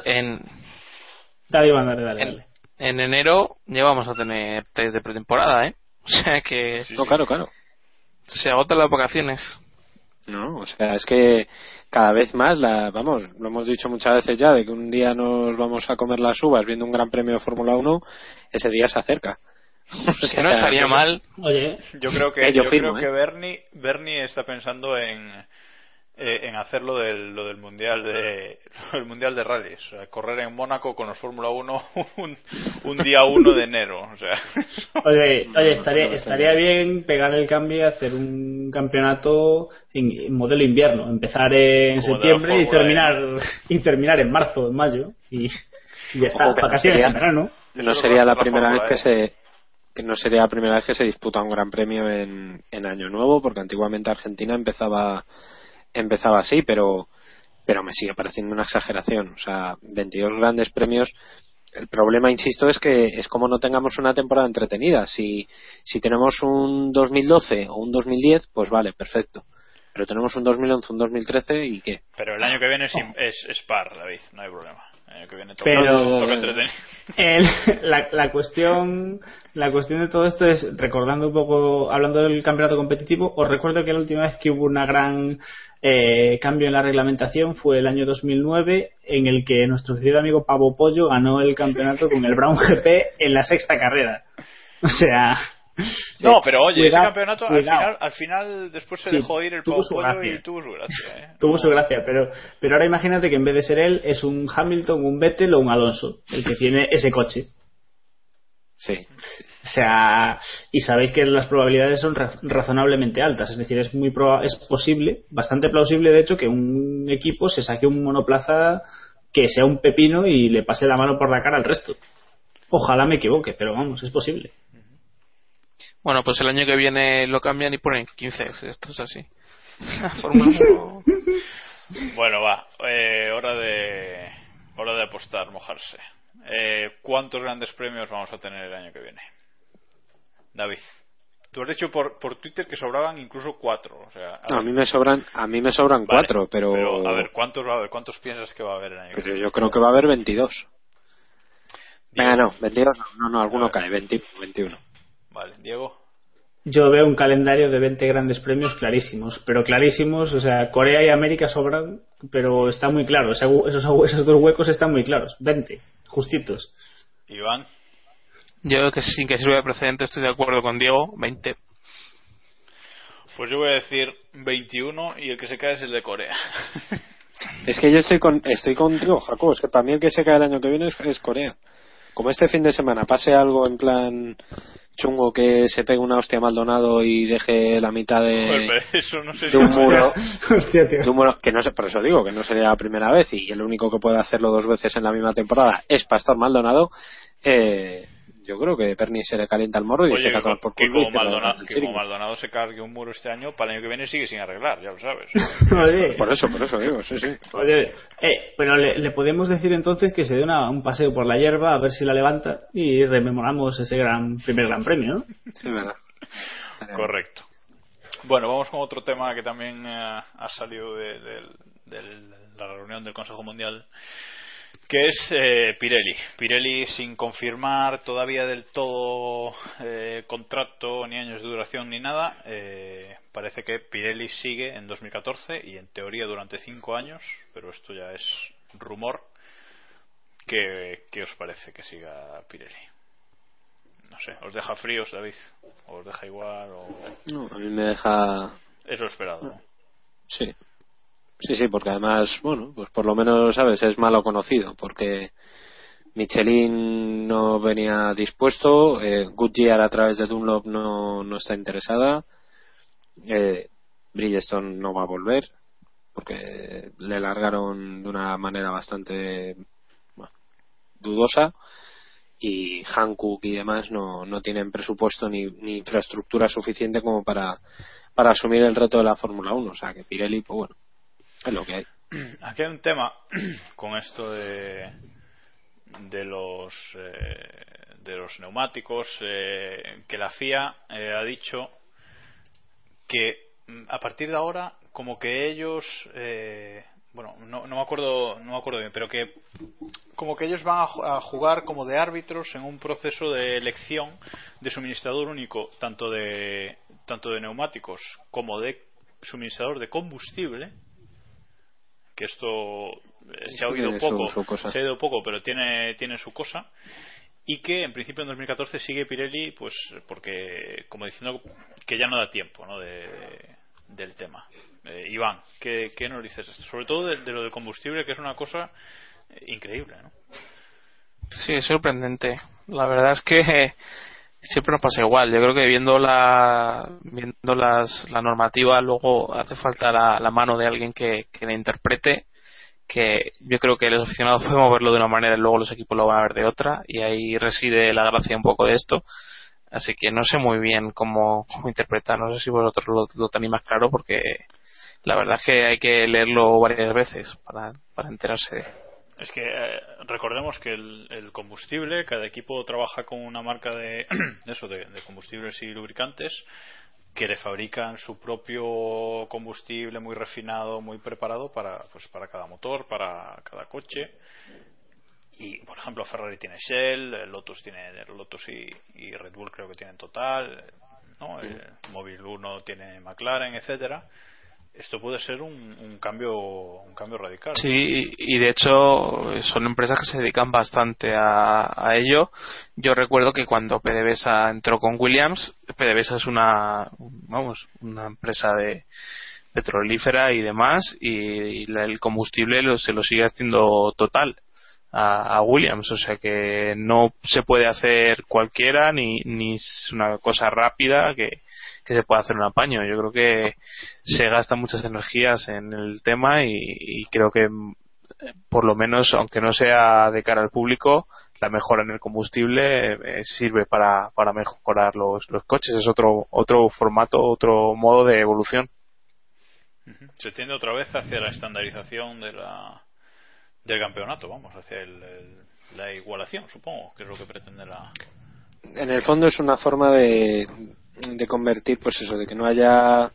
Dale. En enero ya vamos a tener test de pretemporada, o sea que... Sí. No, claro. Se agotan las vacaciones. No, o sea, es que cada vez más, lo hemos dicho muchas veces ya, de que un día nos vamos a comer las uvas viendo un gran premio de Fórmula 1, ese día se acerca. O sea, no estaría mal. Oye, yo creo que Bernie está pensando en hacer lo del mundial de rallies, o sea, correr en Mónaco con los Fórmula 1 un día 1 de enero, o sea. Oye, estaría bien pegar el cambio y hacer un campeonato en modelo invierno, empezar en como septiembre y terminar en marzo, en mayo y ya está, vacaciones en verano. No sería la primera vez que se disputa un gran premio en Año Nuevo, porque antiguamente Argentina empezaba así, pero pero me sigue pareciendo una exageración. O sea, 22 grandes premios. El problema, insisto, es que es como no tengamos una temporada entretenida. Si tenemos un 2012 o un 2010, pues vale, perfecto. Pero tenemos un 2011, un 2013 y ¿qué? Pero el año que viene es par, David, no hay problema. El año que viene toca entretener. La cuestión de todo esto es, recordando un poco, hablando del campeonato competitivo, os recuerdo que la última vez que hubo una gran cambio en la reglamentación fue el año 2009, en el que nuestro querido amigo Pavo Pollo ganó el campeonato con el Brown GP en la sexta carrera. O sea... No, pero oye, cuidado, ese campeonato al final después se dejó ir el Pavo Pollo y tuvo su gracia. Tuvo su gracia, pero ahora imagínate que en vez de ser él es un Hamilton, un Vettel o un Alonso el que tiene ese coche. Sí. O sea, y sabéis que las probabilidades son razonablemente altas, es decir, es posible, bastante plausible de hecho, que un equipo se saque un monoplaza que sea un pepino y le pase la mano por la cara al resto. Ojalá me equivoque, pero vamos, es posible. Bueno, pues el año que viene lo cambian y ponen 15. Esto es así. Fórmula 1. Bueno, va. Hora de apostar, mojarse. ¿Cuántos grandes premios vamos a tener el año que viene? David. Tú has dicho por Twitter que sobraban incluso 4. O sea, a mí me sobran 4, vale, pero a ver, ¿cuántos va a haber? ¿Cuántos piensas que va a haber el año que viene? Yo creo que va a haber 22. Venga, no, 22 no, alguno cae, 21. Vale, Diego. Yo veo un calendario de 20 grandes premios clarísimos, o sea, Corea y América sobran, pero está muy claro, esos dos huecos están muy claros, 20, justitos. Iván. Yo, que sin que sirva de precedente, estoy de acuerdo con Diego, 20. Pues yo voy a decir 21 y el que se cae es el de Corea. Es que yo estoy contigo, Jacob, es que para mí el que se cae el año que viene es Corea. Como este fin de semana pase algo en plan chungo, que se pegue una hostia a Maldonado y deje la mitad de un muro, hostia, tío. de un muro, que no sé, por eso digo que no sería la primera vez, y el único que puede hacerlo 2 veces en la misma temporada es Pastor Maldonado. Yo creo que Perni se le calienta el morro y dice que a tomar por culo. Como Maldonado se cargue un muro este año, para el año que viene sigue sin arreglar, ya lo sabes. Oye. Por eso digo, sí. Oye, pero le podemos decir entonces que se dé un paseo por la hierba a ver si la levanta y rememoramos ese primer gran premio, ¿no? Sí, verdad. Correcto. Bueno, vamos con otro tema que también ha salido de la reunión del Consejo Mundial, que es Pirelli sin confirmar todavía del todo contrato, ni años de duración, ni nada. Parece que Pirelli sigue en 2014 y en teoría durante 5 años, pero esto ya es rumor. ¿Qué os parece que siga Pirelli? No sé, ¿os deja fríos, David? ¿O os deja igual? No, a mí me deja... Es lo esperado, ¿no? Sí, porque además, bueno, pues por lo menos, ¿sabes? Es malo conocido, porque Michelin no venía dispuesto, Goodyear a través de Dunlop no está interesada, Bridgestone no va a volver, porque le largaron de una manera bastante dudosa, y Hankook y demás no tienen presupuesto ni infraestructura suficiente como para asumir el reto de la Fórmula 1, o sea que Pirelli, pues bueno, es lo que hay. Aquí hay un tema con esto de los neumáticos, que la FIA ha dicho que a partir de ahora como que ellos no me acuerdo bien, pero que como que ellos van a jugar como de árbitros en un proceso de elección de suministrador único, tanto de neumáticos como de suministrador de combustible, que esto se ha oído poco, pero tiene su cosa, y que en principio en 2014 sigue Pirelli, pues porque como diciendo que ya no da tiempo, ¿no? del tema. Iván, ¿qué nos dices esto? Sobre todo de lo del combustible, que es una cosa increíble, ¿no? Sí, es sorprendente. La verdad es que siempre nos pasa igual. Yo creo que viendo la normativa, luego hace falta la mano de alguien que la interprete, que yo creo que los aficionados podemos verlo de una manera y luego los equipos lo van a ver de otra, y ahí reside la gracia un poco de esto. Así que no sé muy bien cómo interpretar. No sé si vosotros lo tenéis más claro, porque la verdad es que hay que leerlo varias veces para enterarse. Es que recordemos que el combustible, cada equipo trabaja con una marca de combustibles y lubricantes que le fabrican su propio combustible muy refinado, muy preparado para cada motor, para cada coche. Y por ejemplo Ferrari tiene Shell, Lotus y Red Bull creo que tienen Total, ¿no? Móvil 1 tiene McLaren, etcétera. Esto puede ser un cambio radical. Sí, y de hecho son empresas que se dedican bastante a ello. Yo recuerdo que cuando PDVSA entró con Williams, PDVSA es una empresa de petrolífera y demás, y el combustible se lo sigue haciendo Total a Williams, o sea que no se puede hacer cualquiera ni es una cosa rápida que se pueda hacer un apaño. Yo creo que se gastan muchas energías en el tema y creo que por lo menos, aunque no sea de cara al público, la mejora en el combustible sirve para mejorar los coches. Es otro formato, otro modo de evolución. Se tiende otra vez hacia la estandarización del campeonato, hacia la igualación, supongo, que es lo que pretende la... En el fondo es una forma de convertir, pues eso, de que no haya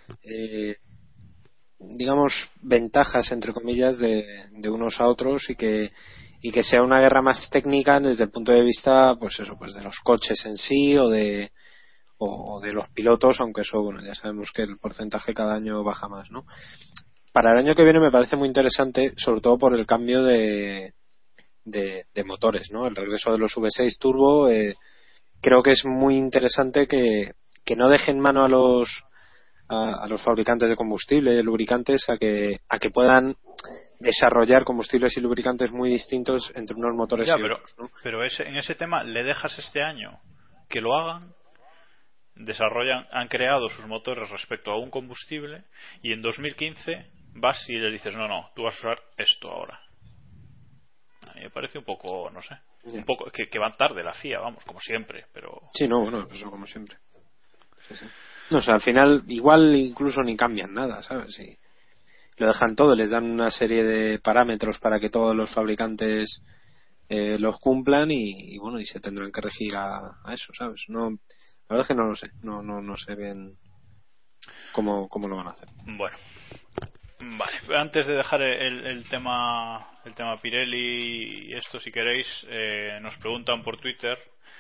digamos ventajas entre comillas de unos a otros y que sea una guerra más técnica desde el punto de vista, pues eso, pues de los coches en sí o de los pilotos, aunque eso, bueno, ya sabemos que el porcentaje cada año baja más, ¿no? Para el año que viene me parece muy interesante, sobre todo por el cambio de motores, ¿no? El regreso de los V6 turbo, creo que es muy interesante que no dejen mano a los fabricantes de combustible, de lubricantes, a que puedan desarrollar combustibles y lubricantes muy distintos entre unos motores y otros, ¿no? Pero en ese tema le dejas este año que lo hagan, han creado sus motores respecto a un combustible, y en 2015 vas y les dices no, tú vas a usar esto ahora. A mí me parece un poco, no sé, un poco que van tarde la FIA, como siempre, pero... Sí, no, bueno, eso como siempre. Sí. No, o sea, al final igual incluso ni cambian nada, ¿sabes? Sí. Lo dejan todo, les dan una serie de parámetros para que todos los fabricantes los cumplan y bueno, y se tendrán que regir a eso, ¿sabes? No, la verdad es que no lo sé, no sé bien cómo lo van a hacer. Bueno, vale, antes de dejar el tema Pirelli y esto, si queréis, nos preguntan por Twitter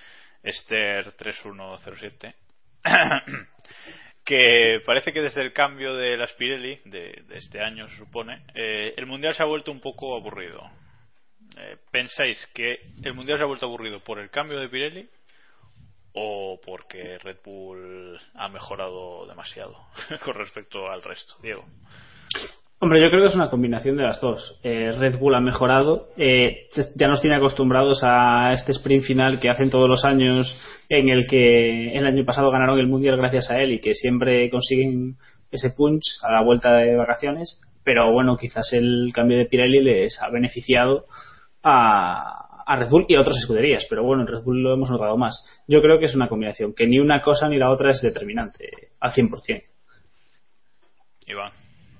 Esther3107 que parece que desde el cambio de las Pirelli de este año, se supone, el mundial se ha vuelto un poco aburrido. ¿Pensáis que el mundial se ha vuelto aburrido por el cambio de Pirelli o porque Red Bull ha mejorado demasiado con respecto al resto? Diego. Hombre, yo creo que es una combinación de las dos. Red Bull ha mejorado, ya nos tiene acostumbrados a este sprint final que hacen todos los años, en el que el año pasado ganaron el mundial gracias a él y que siempre consiguen ese punch a la vuelta de vacaciones. Pero bueno, quizás el cambio de Pirelli les ha beneficiado a Red Bull y a otras escuderías, pero bueno, en Red Bull lo hemos notado más. Yo creo que es una combinación, que ni una cosa ni la otra es determinante al 100%. Iván.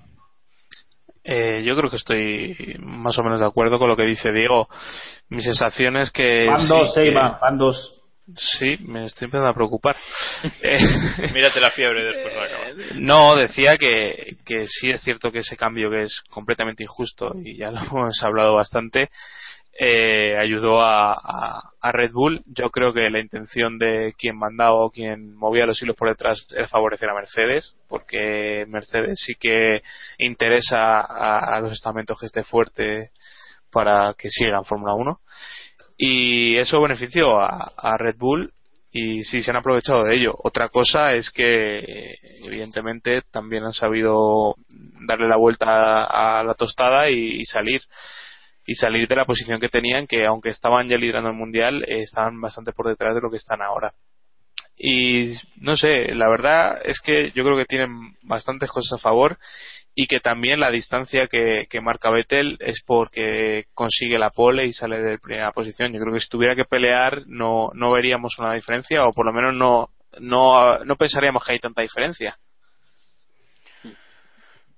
Yo creo que estoy más o menos de acuerdo con lo que dice Diego. Mi sensación es que... Van dos. Sí, me estoy empezando a preocupar. Mírate la fiebre después de acabar. No, decía que sí es cierto que ese cambio, que es completamente injusto y ya lo hemos hablado bastante, ayudó a Red Bull. Yo creo que la intención de quien mandaba o quien movía los hilos por detrás era favorecer a Mercedes, porque Mercedes sí que interesa a los estamentos que esté fuerte para que sigan Fórmula 1, y eso benefició a Red Bull y sí se han aprovechado de ello. Otra cosa es que evidentemente también han sabido darle la vuelta a la tostada y salir de la posición que tenían, que aunque estaban ya liderando el mundial, estaban bastante por detrás de lo que están ahora. Y no sé, la verdad es que yo creo que tienen bastantes cosas a favor, y que también la distancia que marca Vettel es porque consigue la pole y sale de primera posición. Yo creo que si tuviera que pelear no veríamos una diferencia, o por lo menos no pensaríamos que hay tanta diferencia.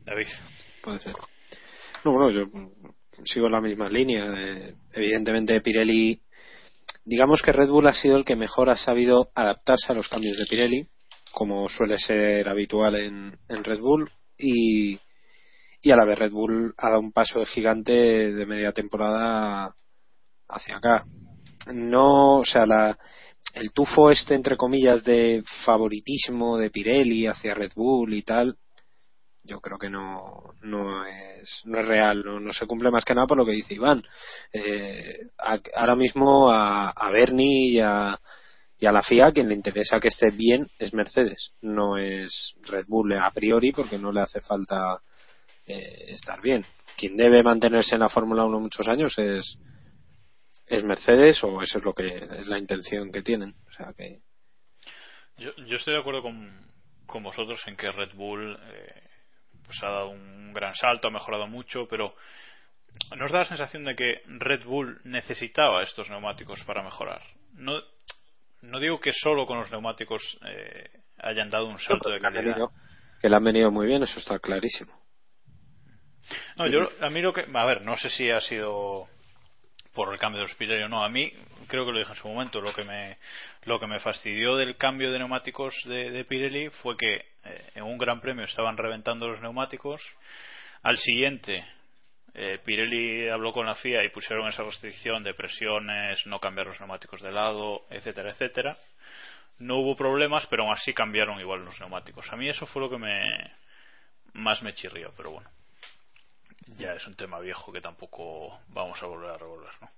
David. Puede ser. No, bueno, yo sigo en la misma línea. Evidentemente Pirelli, digamos que Red Bull ha sido el que mejor ha sabido adaptarse a los cambios de Pirelli, como suele ser habitual en Red Bull, y a la vez Red Bull ha dado un paso gigante de media temporada hacia acá. No, o sea, el tufo entre comillas de favoritismo de Pirelli hacia Red Bull y tal, yo creo que no es real, no se cumple, más que nada por lo que dice Iván. Ahora mismo a Bernie y a la FIA quien le interesa que esté bien es Mercedes, no es Red Bull a priori, porque no le hace falta estar bien. Quien debe mantenerse en la Fórmula 1 muchos años es Mercedes, o eso es lo que es la intención que tienen. O sea que yo estoy de acuerdo con vosotros en que Red Bull pues ha dado un gran salto, ha mejorado mucho, pero nos da la sensación de que Red Bull necesitaba estos neumáticos para mejorar. No digo que solo con los neumáticos hayan dado un salto de calidad. Que le han venido muy bien, eso está clarísimo. No, sí. A mí no sé si ha sido por el cambio de los Pirelli o no. A mí, creo que lo dije en su momento, lo que me fastidió del cambio de neumáticos de Pirelli fue que en un gran premio estaban reventando los neumáticos. Al siguiente Pirelli habló con la FIA y pusieron esa restricción de presiones, no cambiar los neumáticos de lado, etcétera, etcétera. No hubo problemas, pero aún así cambiaron igual los neumáticos. A mí eso fue lo que más me chirrió, pero bueno, ya es un tema viejo que tampoco vamos a volver a revolver, ¿no?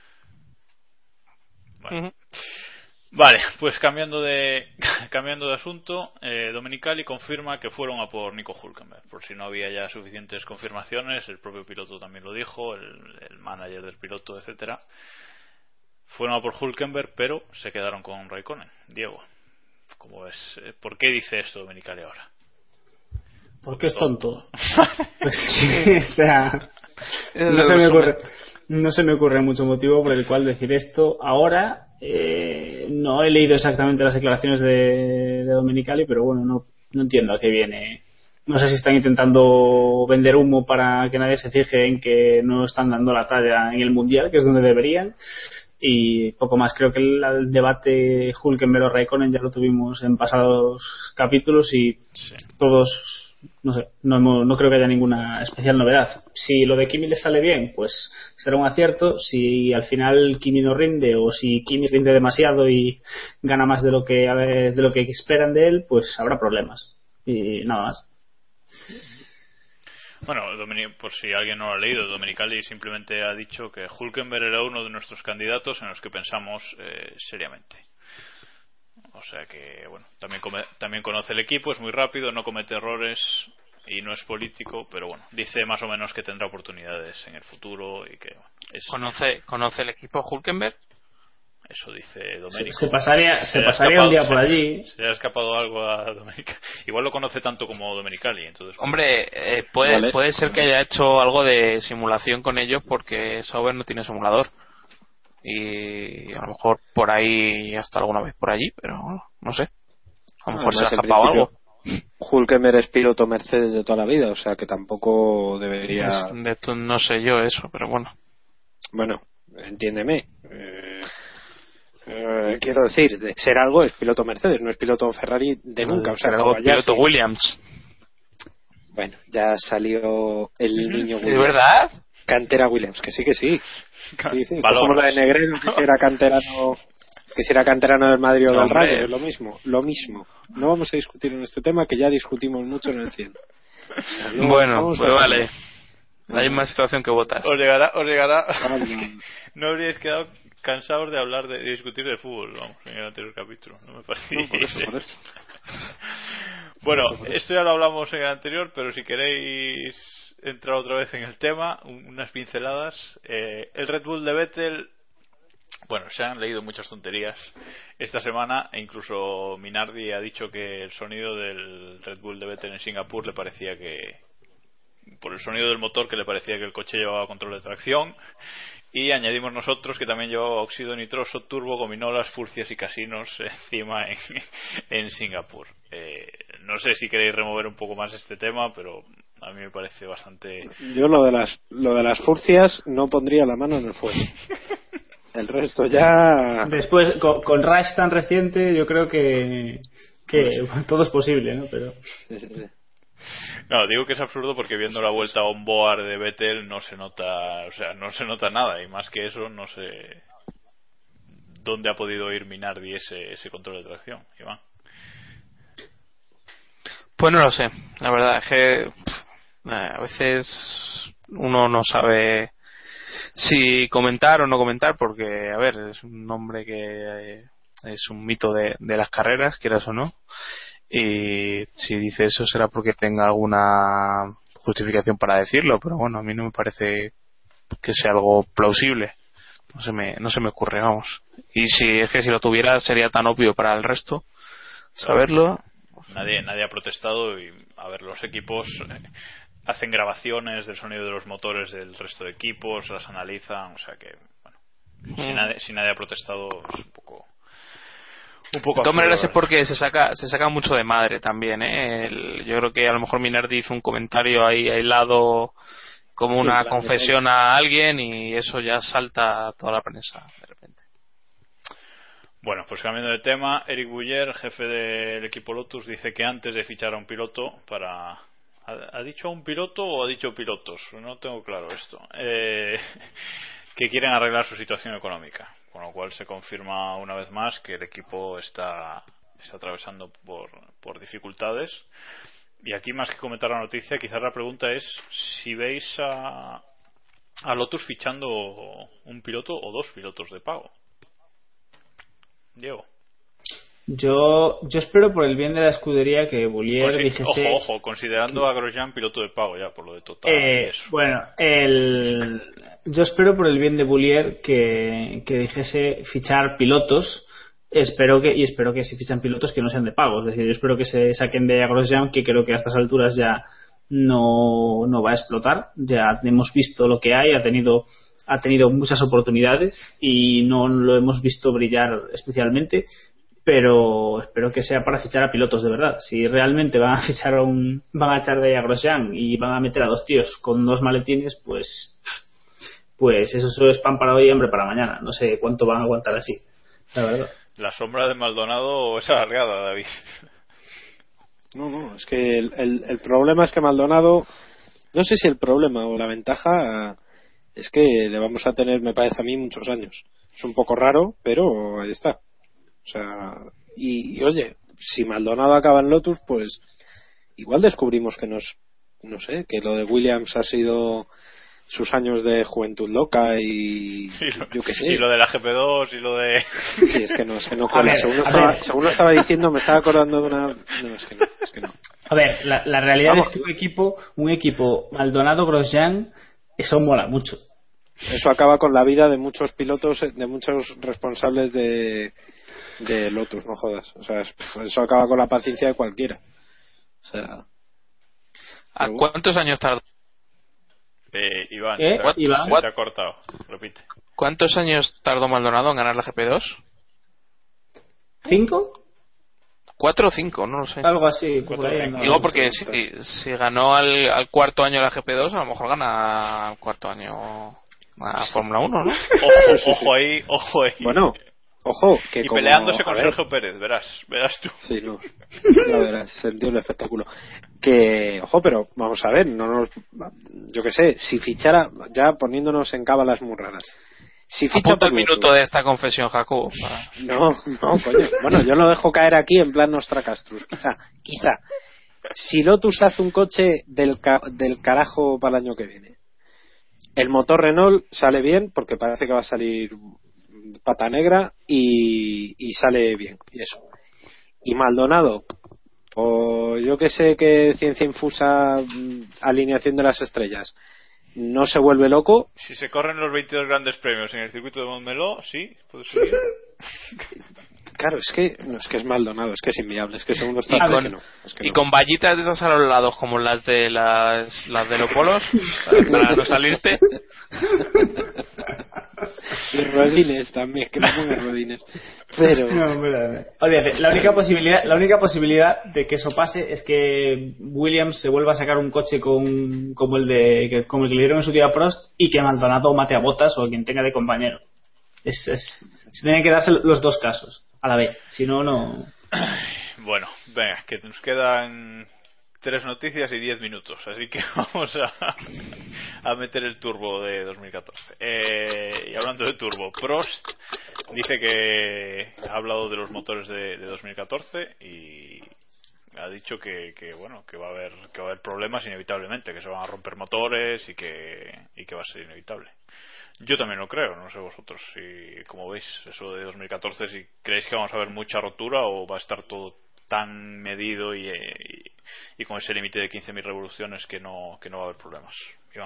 Bueno. Uh-huh. Vale, pues cambiando de asunto, Domenicali confirma que fueron a por Nico Hülkenberg. Por si no había ya suficientes confirmaciones, el propio piloto también lo dijo, el manager del piloto, etcétera. Fueron a por Hülkenberg, pero se quedaron con Raikkonen. Diego, ¿cómo ves? ¿Por qué dice esto Domenicali ahora? Porque es tonto. Pues, o sea, no se me ocurre mucho motivo por el cual decir esto ahora. No he leído exactamente las declaraciones de Domenicali, pero bueno, no entiendo a qué viene. No sé si están intentando vender humo para que nadie se fije en que no están dando la talla en el Mundial, que es donde deberían. Y poco más. Creo que el debate Hülkenberg o Raikkonen ya lo tuvimos en pasados capítulos y sí. Todos, no sé, no creo que haya ninguna especial novedad. Si lo de Kimi le sale bien, pues será un acierto. Si al final Kimi no rinde, o si Kimi rinde demasiado y gana más de lo que esperan de él, pues habrá problemas y nada más. Bueno, por si alguien no lo ha leído, Domenicali simplemente ha dicho que Hülkenberg era uno de nuestros candidatos en los que pensamos seriamente. O sea que, bueno, también conoce el equipo, es muy rápido, no comete errores y no es político, pero bueno, dice más o menos que tendrá oportunidades en el futuro y que, bueno, ¿Conoce el equipo Hülkenberg? Eso dice Domenico. Se pasaría un día por allí. Se le ha escapado algo a Domenicali. Igual lo conoce tanto como Domenicali, entonces. Hombre, puede ser que haya hecho algo de simulación con ellos, porque Sauber no tiene simulador. Y a lo mejor por ahí hasta alguna vez por allí, pero no sé. A lo mejor se ha escapado algo. Hülkenberg es piloto Mercedes de toda la vida, o sea que tampoco debería. No sé yo eso, pero bueno. Bueno, entiéndeme. Quiero decir, de ser algo es piloto Mercedes, no es piloto Ferrari de nunca. O sea, algo piloto Williams. Bueno, ya salió el niño Williams. ¿Es verdad? Cantera Williams, que sí. Sí. Como la de Negredo, que si era canterano del Madrid o del Rayo, es lo mismo. No vamos a discutir en este tema, que ya discutimos mucho en el 100. O sea, bueno, pues vale. Hay más situación que botas. Os llegará. No habríais quedado cansados de hablar de discutir de fútbol, vamos, en el anterior capítulo. No me parece. No, por eso. Bueno, esto ya lo hablamos en el anterior, pero si queréis entrar otra vez en el tema, unas pinceladas. El Red Bull de Vettel, bueno, se han leído muchas tonterías esta semana, e incluso Minardi ha dicho que el sonido del Red Bull de Vettel en Singapur le parecía que, por el sonido del motor, que le parecía que el coche llevaba control de tracción. Y añadimos nosotros que también llevaba óxido nitroso, turbo, gominolas, furcias y casinos encima en Singapur. No sé si queréis remover un poco más este tema, pero A mí me parece bastante... Yo lo de las furcias no pondría la mano en el fuego. El resto ya... Después, con Rush tan reciente, yo creo que todo es posible, ¿no? Pero... Sí. No, digo que es absurdo porque viendo la vuelta on board de Vettel no se nota, o sea, no se nota nada, y más que eso no sé dónde ha podido ir Minardi ese control de tracción, Iván. Pues no lo sé, la verdad es que a veces uno no sabe si comentar o no comentar, porque a ver, es un hombre que es un mito de las carreras, quieras o no, y si dice eso será porque tenga alguna justificación para decirlo, pero bueno, a mí no me parece que sea algo plausible, no se me ocurre, vamos. Y si es que si lo tuviera sería tan obvio para el resto saberlo. Nadie ha protestado, y a ver, los equipos hacen grabaciones del sonido de los motores del resto de equipos, las analizan, o sea que bueno, si nadie ha protestado es un poco de todas maneras es porque se saca mucho de madre también, yo creo que a lo mejor Minardi hizo un comentario ahí aislado como una confesión a alguien y eso ya salta a toda la prensa de repente. Bueno, pues cambiando de tema, Eric Bouyer, jefe del equipo Lotus, dice que antes de fichar a un piloto para... ¿Ha dicho a un piloto o ha dicho pilotos? No tengo claro esto. Que quieren arreglar su situación económica, con lo cual se confirma una vez más que el equipo está atravesando por dificultades. Y aquí, más que comentar la noticia, quizás la pregunta es si veis a Lotus fichando un piloto o dos pilotos de pago. Diego. Yo espero por el bien de la escudería que Boulier dijese... Ojo, considerando a Grosjean piloto de pago ya, por lo de Total. Bueno, yo espero por el bien de Boulier que dijese fichar pilotos. Espero que si fichan pilotos que no sean de pago. Es decir, yo espero que se saquen de Grosjean, que creo que a estas alturas ya no va a explotar. Ya hemos visto lo que hay, ha tenido muchas oportunidades y no lo hemos visto brillar especialmente, pero espero que sea para fichar a pilotos de verdad. Si realmente van a echar de ahí a Grosjean y van a meter a dos tíos con dos maletines, pues eso es pan para hoy y hambre para mañana. No sé cuánto van a aguantar así, la verdad. La sombra de Maldonado es alargada, David. No, es que el problema es que Maldonado, no sé si el problema o la ventaja es que le vamos a tener, me parece a mí, muchos años. Es un poco raro, pero ahí está. O sea, y oye, si Maldonado acaba en Lotus, pues igual descubrimos que no sé, que lo de Williams ha sido sus años de juventud loca y yo qué sé. Y lo de la GP2 y lo de... Sí, es que no cuela. Según lo estaba diciendo, me estaba acordando de una... No, es que no. A ver, la realidad es que un equipo Maldonado-Grosjean, eso mola mucho. Eso acaba con la vida de muchos pilotos, de muchos responsables de Lotus, no jodas. O sea, eso acaba con la paciencia de cualquiera. O sea... ¿A cuántos años tardó? Iván, Iván, te ha cortado. Repite. ¿Cuántos años tardó Maldonado en ganar la GP2? ¿5? 4 o 5, no lo sé. Algo así. Digo porque si ganó al cuarto año la GP2, a lo mejor gana al cuarto año a Fórmula 1, ¿no? Ojo ahí. Bueno, ojo, que y peleándose con Sergio Pérez, verás tú. Sí, no, ya verás, sentido el espectáculo. Que, ojo, pero vamos a ver, yo qué sé, si fichara, ya poniéndonos en cábalas muy raras. Si ficha Apunta el minuto de esta confesión, Jacobo. No, coño. Bueno, yo lo dejo caer aquí en plan Nostracastrus, quizá. Si Lotus hace un coche del carajo para el año que viene, el motor Renault sale bien, porque parece que va a salir pata negra y sale bien, y eso. Y Maldonado, o yo que sé, que ciencia infusa, alineación de las estrellas, no se vuelve loco. Si se corren los 22 grandes premios en el circuito de Montmeló, sí, puede ser. Claro, es que es Maldonado, es que es inviable, es que segundo está y con vallitas de dos a los lados como las de los polos para no salirte. Y rodines también, que no pongan rodines. Pero No, olvídate, la única posibilidad de que eso pase es que Williams se vuelva a sacar un coche como el que le dieron en su día a Prost y que Maldonado mate a Bottas o a quien tenga de compañero. Se tienen que darse los dos casos a la vez, si no. Bueno, venga, que nos quedan 3 noticias y 10 minutos, así que vamos a meter el turbo de 2014. Y hablando de turbo, Prost dice que ha hablado de los motores de 2014 y ha dicho que va a haber problemas inevitablemente, que se van a romper motores y que va a ser inevitable. Yo también lo creo, no sé vosotros si, como veis, eso de 2014, si creéis que vamos a ver mucha rotura o va a estar todo tan medido y con ese límite de 15.000 revoluciones que no va a haber problemas. Iván.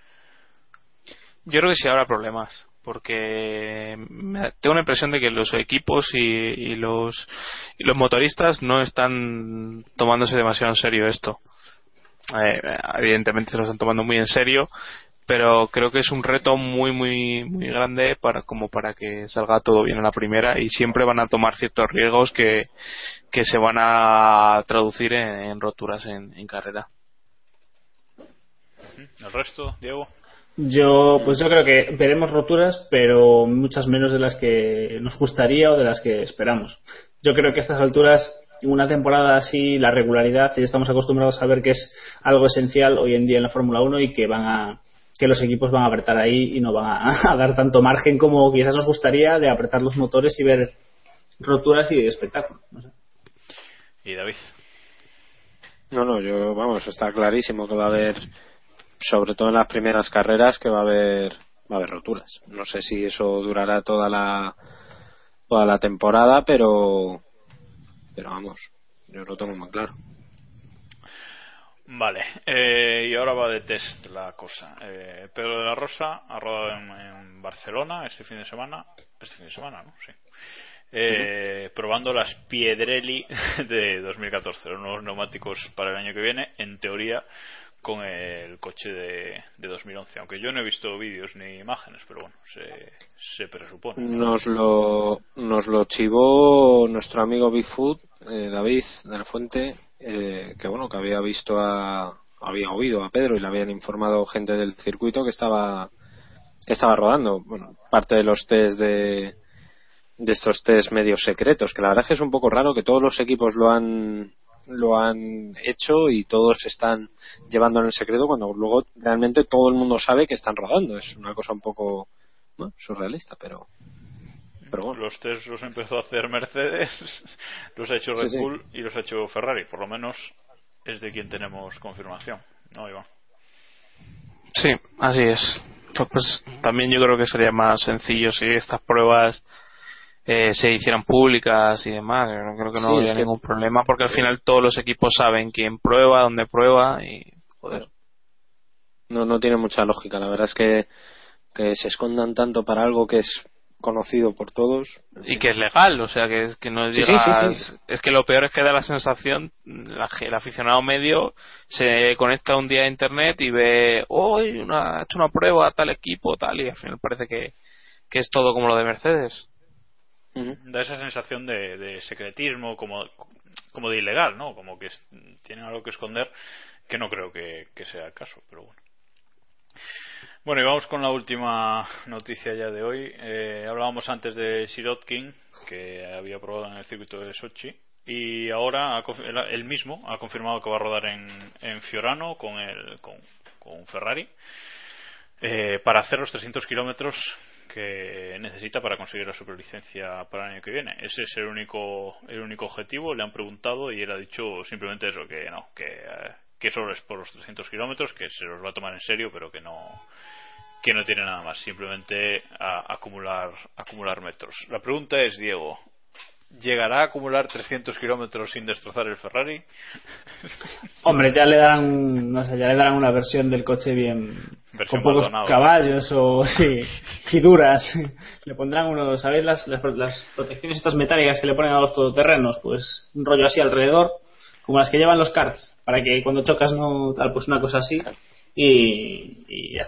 Yo creo que sí habrá problemas, porque tengo la impresión de que los equipos y los motoristas no están tomándose demasiado en serio esto. Evidentemente se lo están tomando muy en serio, pero creo que es un reto muy muy muy grande para que salga todo bien en la primera, y siempre van a tomar ciertos riesgos que se van a traducir en roturas en carrera. ¿El resto, Diego? Yo creo que veremos roturas, pero muchas menos de las que nos gustaría o de las que esperamos. Yo creo que a estas alturas, una temporada así, la regularidad, ya estamos acostumbrados a ver que es algo esencial hoy en día en la Fórmula 1 y que los equipos van a apretar ahí y no van a dar tanto margen como quizás nos gustaría de apretar los motores y ver roturas y espectáculo. No sé. ¿Y David? No, está clarísimo que va a haber, sobre todo en las primeras carreras, que va a haber roturas. No sé si eso durará toda la temporada, pero vamos, yo lo tengo muy claro. Vale, y ahora va de test la cosa. Pedro de la Rosa ha rodado en Barcelona este fin de semana, ¿no? Sí. Probando las Piedrelli de 2014, los nuevos neumáticos para el año que viene, en teoría con el coche de 2011, aunque yo no he visto vídeos ni imágenes, pero bueno, se presupone. Nos lo chivó nuestro amigo Bigfoot, David de la Fuente, que había oído a Pedro y le habían informado gente del circuito que estaba rodando. Bueno, parte de los test de estos test medios secretos, que la verdad es que es un poco raro que todos los equipos lo han hecho y todos están llevándolo en secreto cuando luego realmente todo el mundo sabe que están rodando. Es una cosa un poco surrealista, pero bueno. Los test los empezó a hacer Mercedes, los ha hecho Red Bull y los ha hecho Ferrari, por lo menos es de quien tenemos confirmación, ¿no, Iván? Sí, así es. Pues también yo creo que sería más sencillo si estas pruebas se hicieran públicas y demás. Yo creo que no habría ningún problema, porque al final todos los equipos saben quién prueba, dónde prueba y joder. No tiene mucha lógica, la verdad es que se escondan tanto para algo que es conocido por todos y que es legal, o sea que no digas, es que lo peor es que da la sensación, el aficionado medio se conecta un día a internet y ve ha hecho una prueba tal equipo tal, y al final parece que es todo como lo de Mercedes. Da esa sensación de secretismo, como de ilegal, ¿no? Como que tienen algo que esconder, que no creo que sea el caso, pero bueno. Bueno, y vamos con la última noticia ya de hoy. Hablábamos antes de Sirotkin, que había probado en el circuito de Sochi, y ahora él mismo ha confirmado que va a rodar en Fiorano con Ferrari para hacer los 300 kilómetros que necesita para conseguir la superlicencia para el año que viene. Ese es el único objetivo. Le han preguntado y él ha dicho simplemente eso, que solo es por los 300 kilómetros, que se los va a tomar en serio, pero que no tiene nada más, simplemente a acumular metros. La pregunta es, Diego, ¿llegará a acumular 300 kilómetros sin destrozar el Ferrari? Hombre, ya le darán una versión del coche con pocos caballos o fiduras. Le pondrán ¿sabéis las protecciones estas metálicas que le ponen a los todoterrenos? Pues un rollo así alrededor, como las que llevan los karts, para que cuando chocas no tal, pues una cosa así y ya está.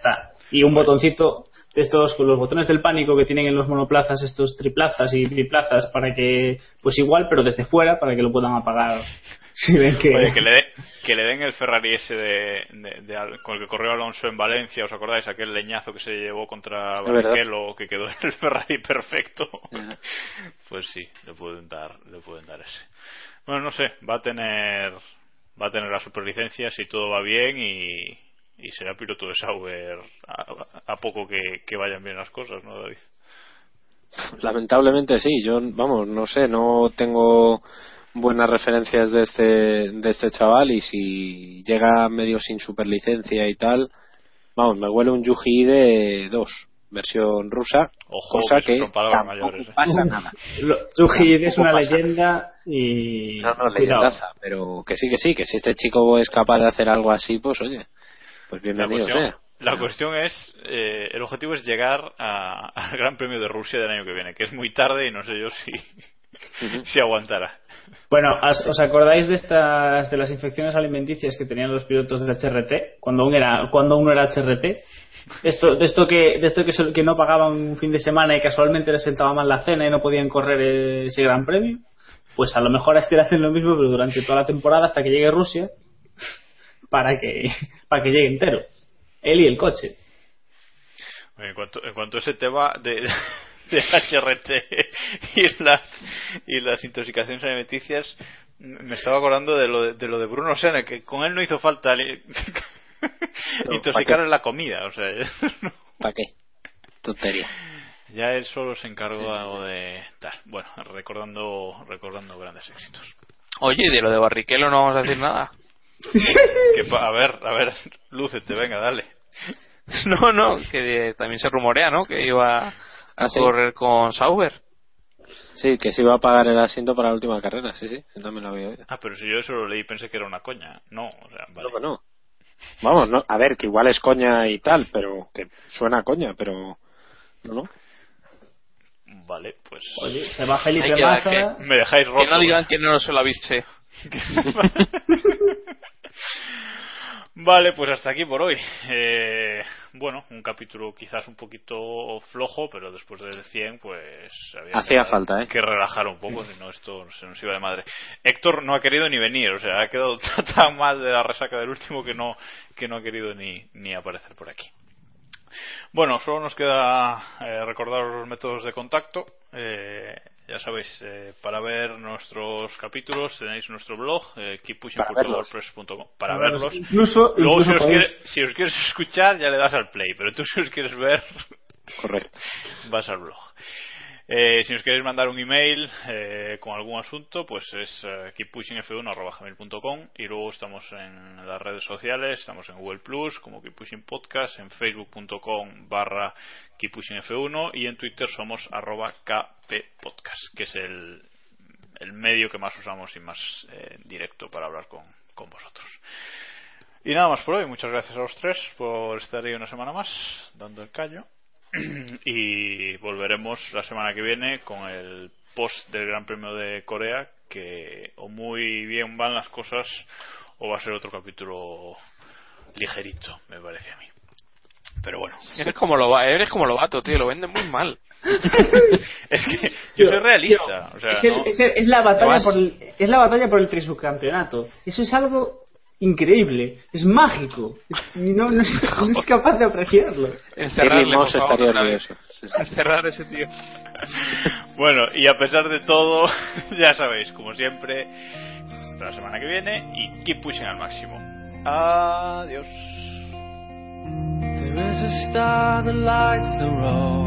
Y un botoncito de estos, con los botones del pánico que tienen en los monoplazas, estos triplazas y biplazas, para que, pues igual, pero desde fuera, para que lo puedan apagar. Si ven que... Oye, que le den el Ferrari ese con el que corrió Alonso en Valencia, ¿os acordáis? Aquel leñazo que se llevó contra Barrichello, que quedó en el Ferrari perfecto. Pues sí, le pueden dar ese. Bueno, no sé, va a tener la superlicencia si todo va bien y será piloto de Sauber a poco que vayan bien las cosas, ¿no, David? Lamentablemente sí. Yo, vamos, no sé, no tengo buenas referencias de este chaval, y si llega medio sin superlicencia y tal, vamos, me huele un Yuji de 2 versión rusa. Ojo, cosa que tampoco mayores, pasa nada. Yuji es una leyenda y no leyendaza, pero que sí, que si este chico es capaz de hacer algo así, pues oye, pues bienvenido sea. La cuestión es, el objetivo es llegar al Gran Premio de Rusia del año que viene, que es muy tarde y no sé yo si aguantará. Bueno, ¿os acordáis de las infecciones alimenticias que tenían los pilotos de HRT cuando uno era HRT? De esto que no pagaban un fin de semana y casualmente les sentaba mal la cena y no podían correr ese Gran Premio. Pues a lo mejor a este le hacen lo mismo, pero durante toda la temporada hasta que llegue Rusia, para que llegue entero él y el coche. En cuanto a ese tema de HRT y las intoxicaciones alimenticias, me estaba acordando de lo de Bruno Senna, que con él no hizo falta intoxicar en la comida, o sea, ¿para qué? Tontería. Ya él solo se encargó de tal. Bueno, recordando grandes éxitos. Oye, de lo de Barrichello no vamos a decir nada. A ver, lúcete, venga, dale. No, que también se rumorea, ¿no? Que iba a correr con Sauber. Sí, que se iba a pagar el asiento para la última carrera, sí, yo también lo había oído. Pero si yo eso lo leí pensé que era una coña. No, o sea, vale. No. Vamos, no, a ver, que igual es coña y tal, pero que suena a coña, pero no. Vale, pues... Oye, se va Felipe Massa... Me dejáis roto. Que no digan que no se lo avise. Vale, pues hasta aquí por hoy. Bueno, un capítulo quizás un poquito flojo, pero después del 100 pues hacía falta, que relajar un poco, si no esto se nos iba de madre. Héctor no ha querido ni venir, o sea, ha quedado tan mal de la resaca del último que no ha querido ni aparecer por aquí. Bueno, solo nos queda recordaros los métodos de contacto. Ya sabéis, para ver nuestros capítulos tenéis nuestro blog, keeppushing.wordpress.com, para verlos. Incluso si os quieres escuchar ya le das al play, pero tú si os quieres ver, correcto, vas al blog. Si nos queréis mandar un email con algún asunto, pues es keeppushingf1@gmail.com, y luego estamos en las redes sociales, estamos en Google Plus como Keeppushing Podcast, en facebook.com/keeppushingf1 y en Twitter somos @kppodcast, que es el medio que más usamos y más directo para hablar con vosotros. Y nada más por hoy. Muchas gracias a los tres por estar ahí una semana más dando el callo. Y volveremos la semana que viene con el post del Gran Premio de Corea, que o muy bien van las cosas o va a ser otro capítulo ligerito, me parece a mí. Pero bueno, eres como Lobato, tío, lo venden muy mal. Es que yo soy realista, o sea, es la batalla por el trisubcampeonato. Eso es algo increíble, es mágico, no es capaz de apreciarlo. Encerrar ese tío. Bueno, y a pesar de todo, ya sabéis, como siempre, hasta la semana que viene y keep pushing al máximo. Adiós. There is a star that lights the road.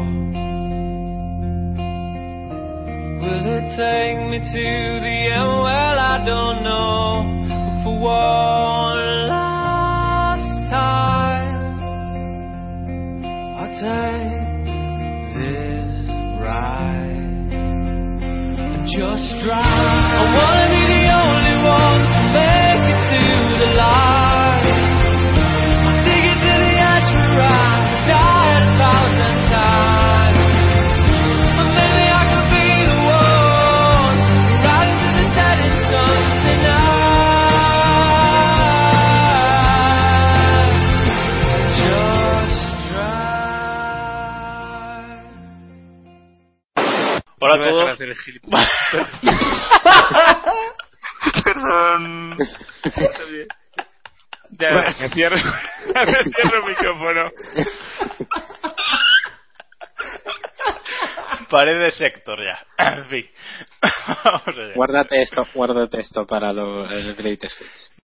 Will it take me to the end? Well, I don't know. But for one last time, I'll take this ride and just drive. I wanna be the only one to make it to the light. I'll dig it to the edge where I died 1,000 times. But maybe I could be the one right into the setting sun tonight. Just drive. Hola a Voy a dejar de todos. hacer el gilipollas. Perdón. Ya, me cierro el micrófono. Pared de sector ya. En fin. Vamos allá. Guárdate esto para el Greatest Hits.